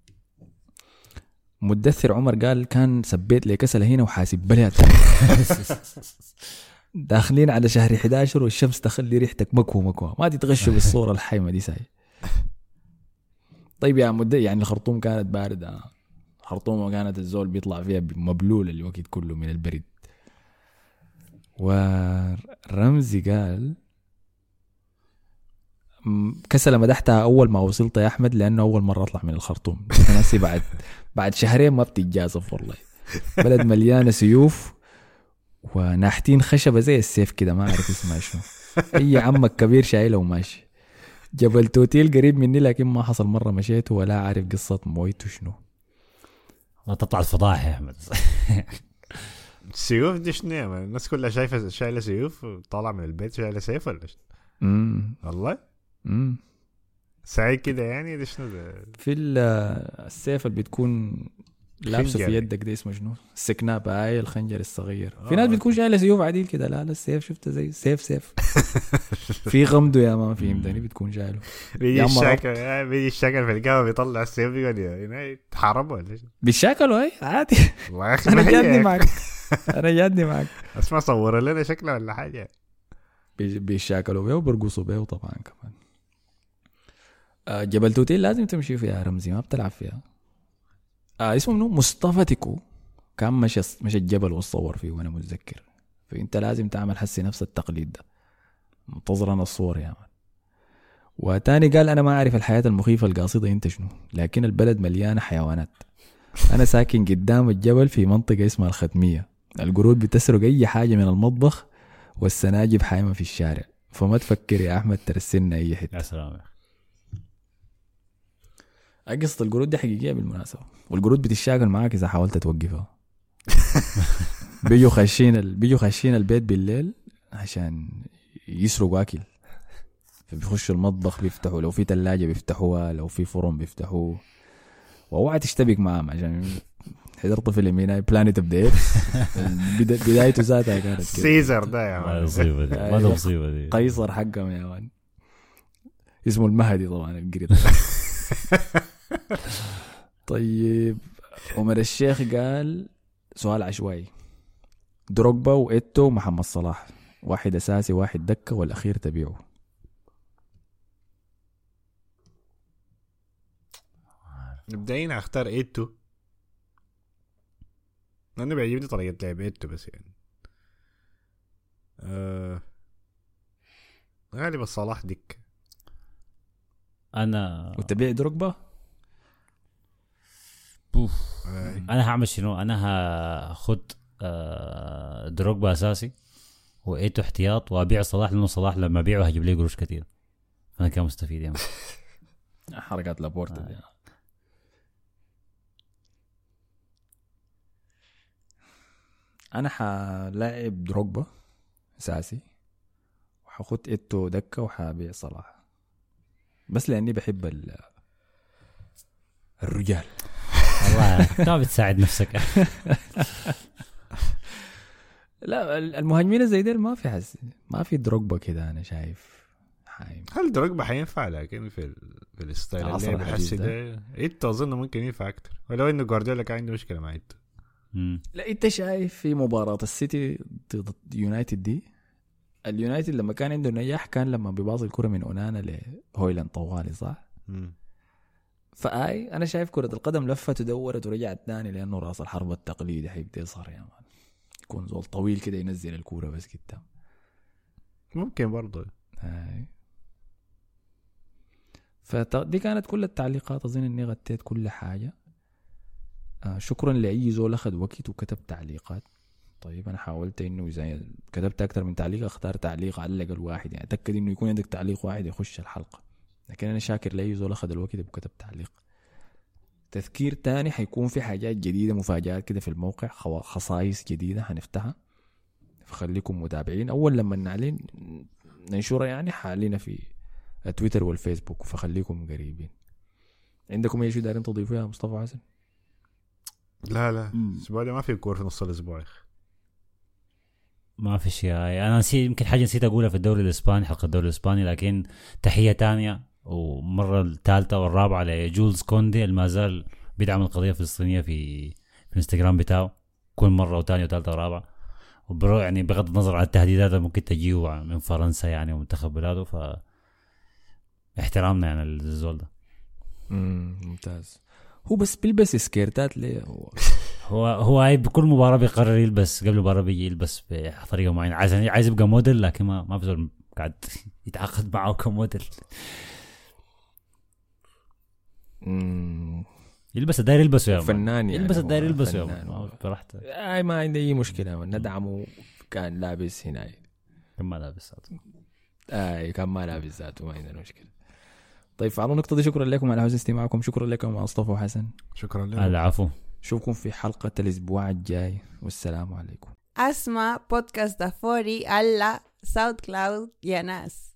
مدثر عمر قال كان سبيت لي كسل هنا وحاسب بلها داخلين على شهر أحد عشر والشمس تخلي ريحتك مكوى مكوى ما تتغشوا بالصورة الحيمة دي ساي. طيب يا مد يعني الخرطوم كانت باردة، خرطوم كانت الزول بيطلع فيها مبلول الوقت كله من البرد. ورمزي قال كسل مدحتها أول ما وصلت يا أحمد لأنه أول مرة أطلع من الخرطوم. ناسي بعد بعد شهرين ما بتتجازف والله. بلد مليانة سيوف وناحتين خشبة زي السيف كده ما أعرف اسمها شنو. أي عمك كبير شايله وماشي. جبل توتيل قريب مني لكن ما حصل مرة مشيت ولا عارف قصة مويته شنو.
تطلع الفضاح يا أحمد.
سيوف دي شنو؟ الناس كلها شايفة شايلة سيوف طالع من البيت شايلة سيف ولا شنو؟
امم
والله
امم
ساعي كده يعني. دي شنو ده؟
في السيف اللي بتكون لابسه في يدك ده اسمه شنو؟ السكناب هاي الخنجر الصغير. في ناس بتكون شايله سيوف عديل كده. لا لا السيف شفته زي سيف سيف في غمده يا ما فهمتني بتكون شايله.
بيجي الشاكل بيجي الشاكل في القهوه بيطلع السيف يقول هنا تحارب ولا شنو؟
بيشاكلوا هاي عادي.
والله يا اخي
انا جادني معك انا جادني معك.
اسمع صور لنا شكله ولا حاجه.
بيشاكلوا بيه وبرقصوا بيه طبعا كمان. آه جبل توتيل لازم تمشي فيها رمزي ما بتلعب فيها. آه اسمه منو مصطفى تيكو كان مش مش الجبل وصور فيه وانا متذكر. فانت لازم تعمل حسي نفس التقليد ده. منتظرنا الصور يا مان. وتاني قال انا ما اعرف الحياة المخيفة القاصدة انت شنو لكن البلد مليانة حيوانات. انا ساكن قدام الجبل في منطقة اسمها الختمية. القرود بتسرق اي حاجة من المطبخ والسناجب حايمة في الشارع، فما تفكر يا أحمد ترسلنا أي حتة.
يا سلام.
قصة القرود دي حقيقية بالمناسبة، والقرود بتشاكل معاك إذا حاولت توقفها. بيجوا خاشين ال... بيجوا خاشين البيت بالليل عشان يسرقوا أكل، فبيخشوا المطبخ بيفتحوا، لو في تلاجة بيفتحوها، لو في فرن بيفتحوه. واوعى تشتبك معهم عشان حضرت فيلم هنا بلانيت اوف ذا بدايته ذاتها كانت كده.
سيزر ده يا
ما
مان.
مصيبة دي، ما ده مصيبة دي.
قيصر حقهم يا مان، اسمه المهدي طبعا القريط. طيب عمر الشيخ قال سؤال عشوائي، دروجبا وإيتو ومحمد صلاح، واحد أساسي واحد دكة والأخير تبيعه.
مبدئيا هختار ايتو لانه بيعجبني طريقة لعب ايتو، بس يعني آه... غالبا صلاح دك.
انا
وتبيع دروجبا.
بوف.
آه.
انا هعمل شنو؟ انا هاخد آه دروجبا اساسي وايتو احتياط، وابيع صلاح لانه صلاح لما ابيعه هجيب لي قروش كتير، انا كان مستفيد يعني.
حركات لابورتا دي. انا حلاعب دروجبا اساسي وحاخد ايتو دكه وحابيع صلاح، بس لاني بحب ال... الرجال.
والله ما بتساعد نفسك.
لا المهاجمين زي ديل ما في حس، ما في دروجبا كده انا شايف حايم.
هل دروجبا حينفع لكن في ال... في الستايل
العصر
اللي
الحديث
بحس ده ايتو اظن ممكن ينفع اكتر، ولو انه جوارديولا كان عنده مشكله مع ايتو.
لا انت شايف في مباراة السيتي ضد يونايتد دي، اليونايتد لما كان عنده نجاح كان لما بيباصي الكرة من اونانا لهويلاند طوالي، صح؟
مم.
فاي انا شايف كرة القدم لفت ودورت ورجعت ثاني، لانه راس الحرب التقليدي حيبدا يظهر يا مان، يكون زول طويل كده ينزل الكرة بس قدام.
ممكن برضه.
هاي فدي كانت كل التعليقات، اظن اني غطيت كل حاجة. آه شكرا لأي زول أخذ وقت وكتب تعليقات. طيب أنا حاولت إنه إذا كتبت أكتر من تعليق أختار تعليق على الأقل واحد، يعني أتأكد إنه يكون عندك تعليق واحد يخش الحلقة، لكن أنا شاكر لأي زول أخذ الوقت وكتب تعليق. تذكير تاني حيكون في حاجات جديدة، مفاجآت كده في الموقع، خصائص جديدة هنفتحها، فخليكم متابعين. أول لما نعلن ننشرها يعني حالينا في التويتر والفيسبوك، فخليكم قريبين. عندكم أي شيء دارين تضيفوه يا مصطفى حسن؟
لا لا الاسبوع ده ما في كور في نص الاسبوع.
ما في شيء. انا نسيت يمكن حاجه نسيت اقولها في الدوري الاسباني، حلقه الدوري الاسباني، لكن تحيه تانية ومره الثالثه والرابعه لجولز كوندي اللي ما زال بيدعم القضيه الفلسطينيه في في الانستغرام بتاعه كل مره، وثانيه وثالثه ورابعه، وبرو يعني بغض النظر عن التهديدات اللي ممكن تجيه من فرنسا يعني ومنتخب بلاده، ف احترامنا يعني للزول ده.
امم ممتاز. هو بس بيلبس سكيرتات ليه؟ هو
هو هو هاي بكل مباراه بيقرر يلبس، قبل المباراه بيجي يلبس بطريقه معينه، عايز عايز يبقى موديل، لكن ما ما بزول قاعد يتعاقد معه كموديل.
امم
يلبس الداير يلبسه يا
فنان، يعني
يلبس الداير يلبسه
يا
براحته.
اي ما عندي اي مشكله، ندعمه. كان لابس هنا
كان ما لابس ذاته،
اي كان ما لابس ذاته، ما عندنا مشكله. طيب فعلى النقطه دي شكرا لكم على حسن استماعكم، شكرا لكم مصطفى وحسن،
شكرا لك.
العفو.
نشوفكم في حلقه الاسبوع الجاي، والسلام عليكم.
اسمع بودكاست دافوري على ساوند كلاود يا ناس.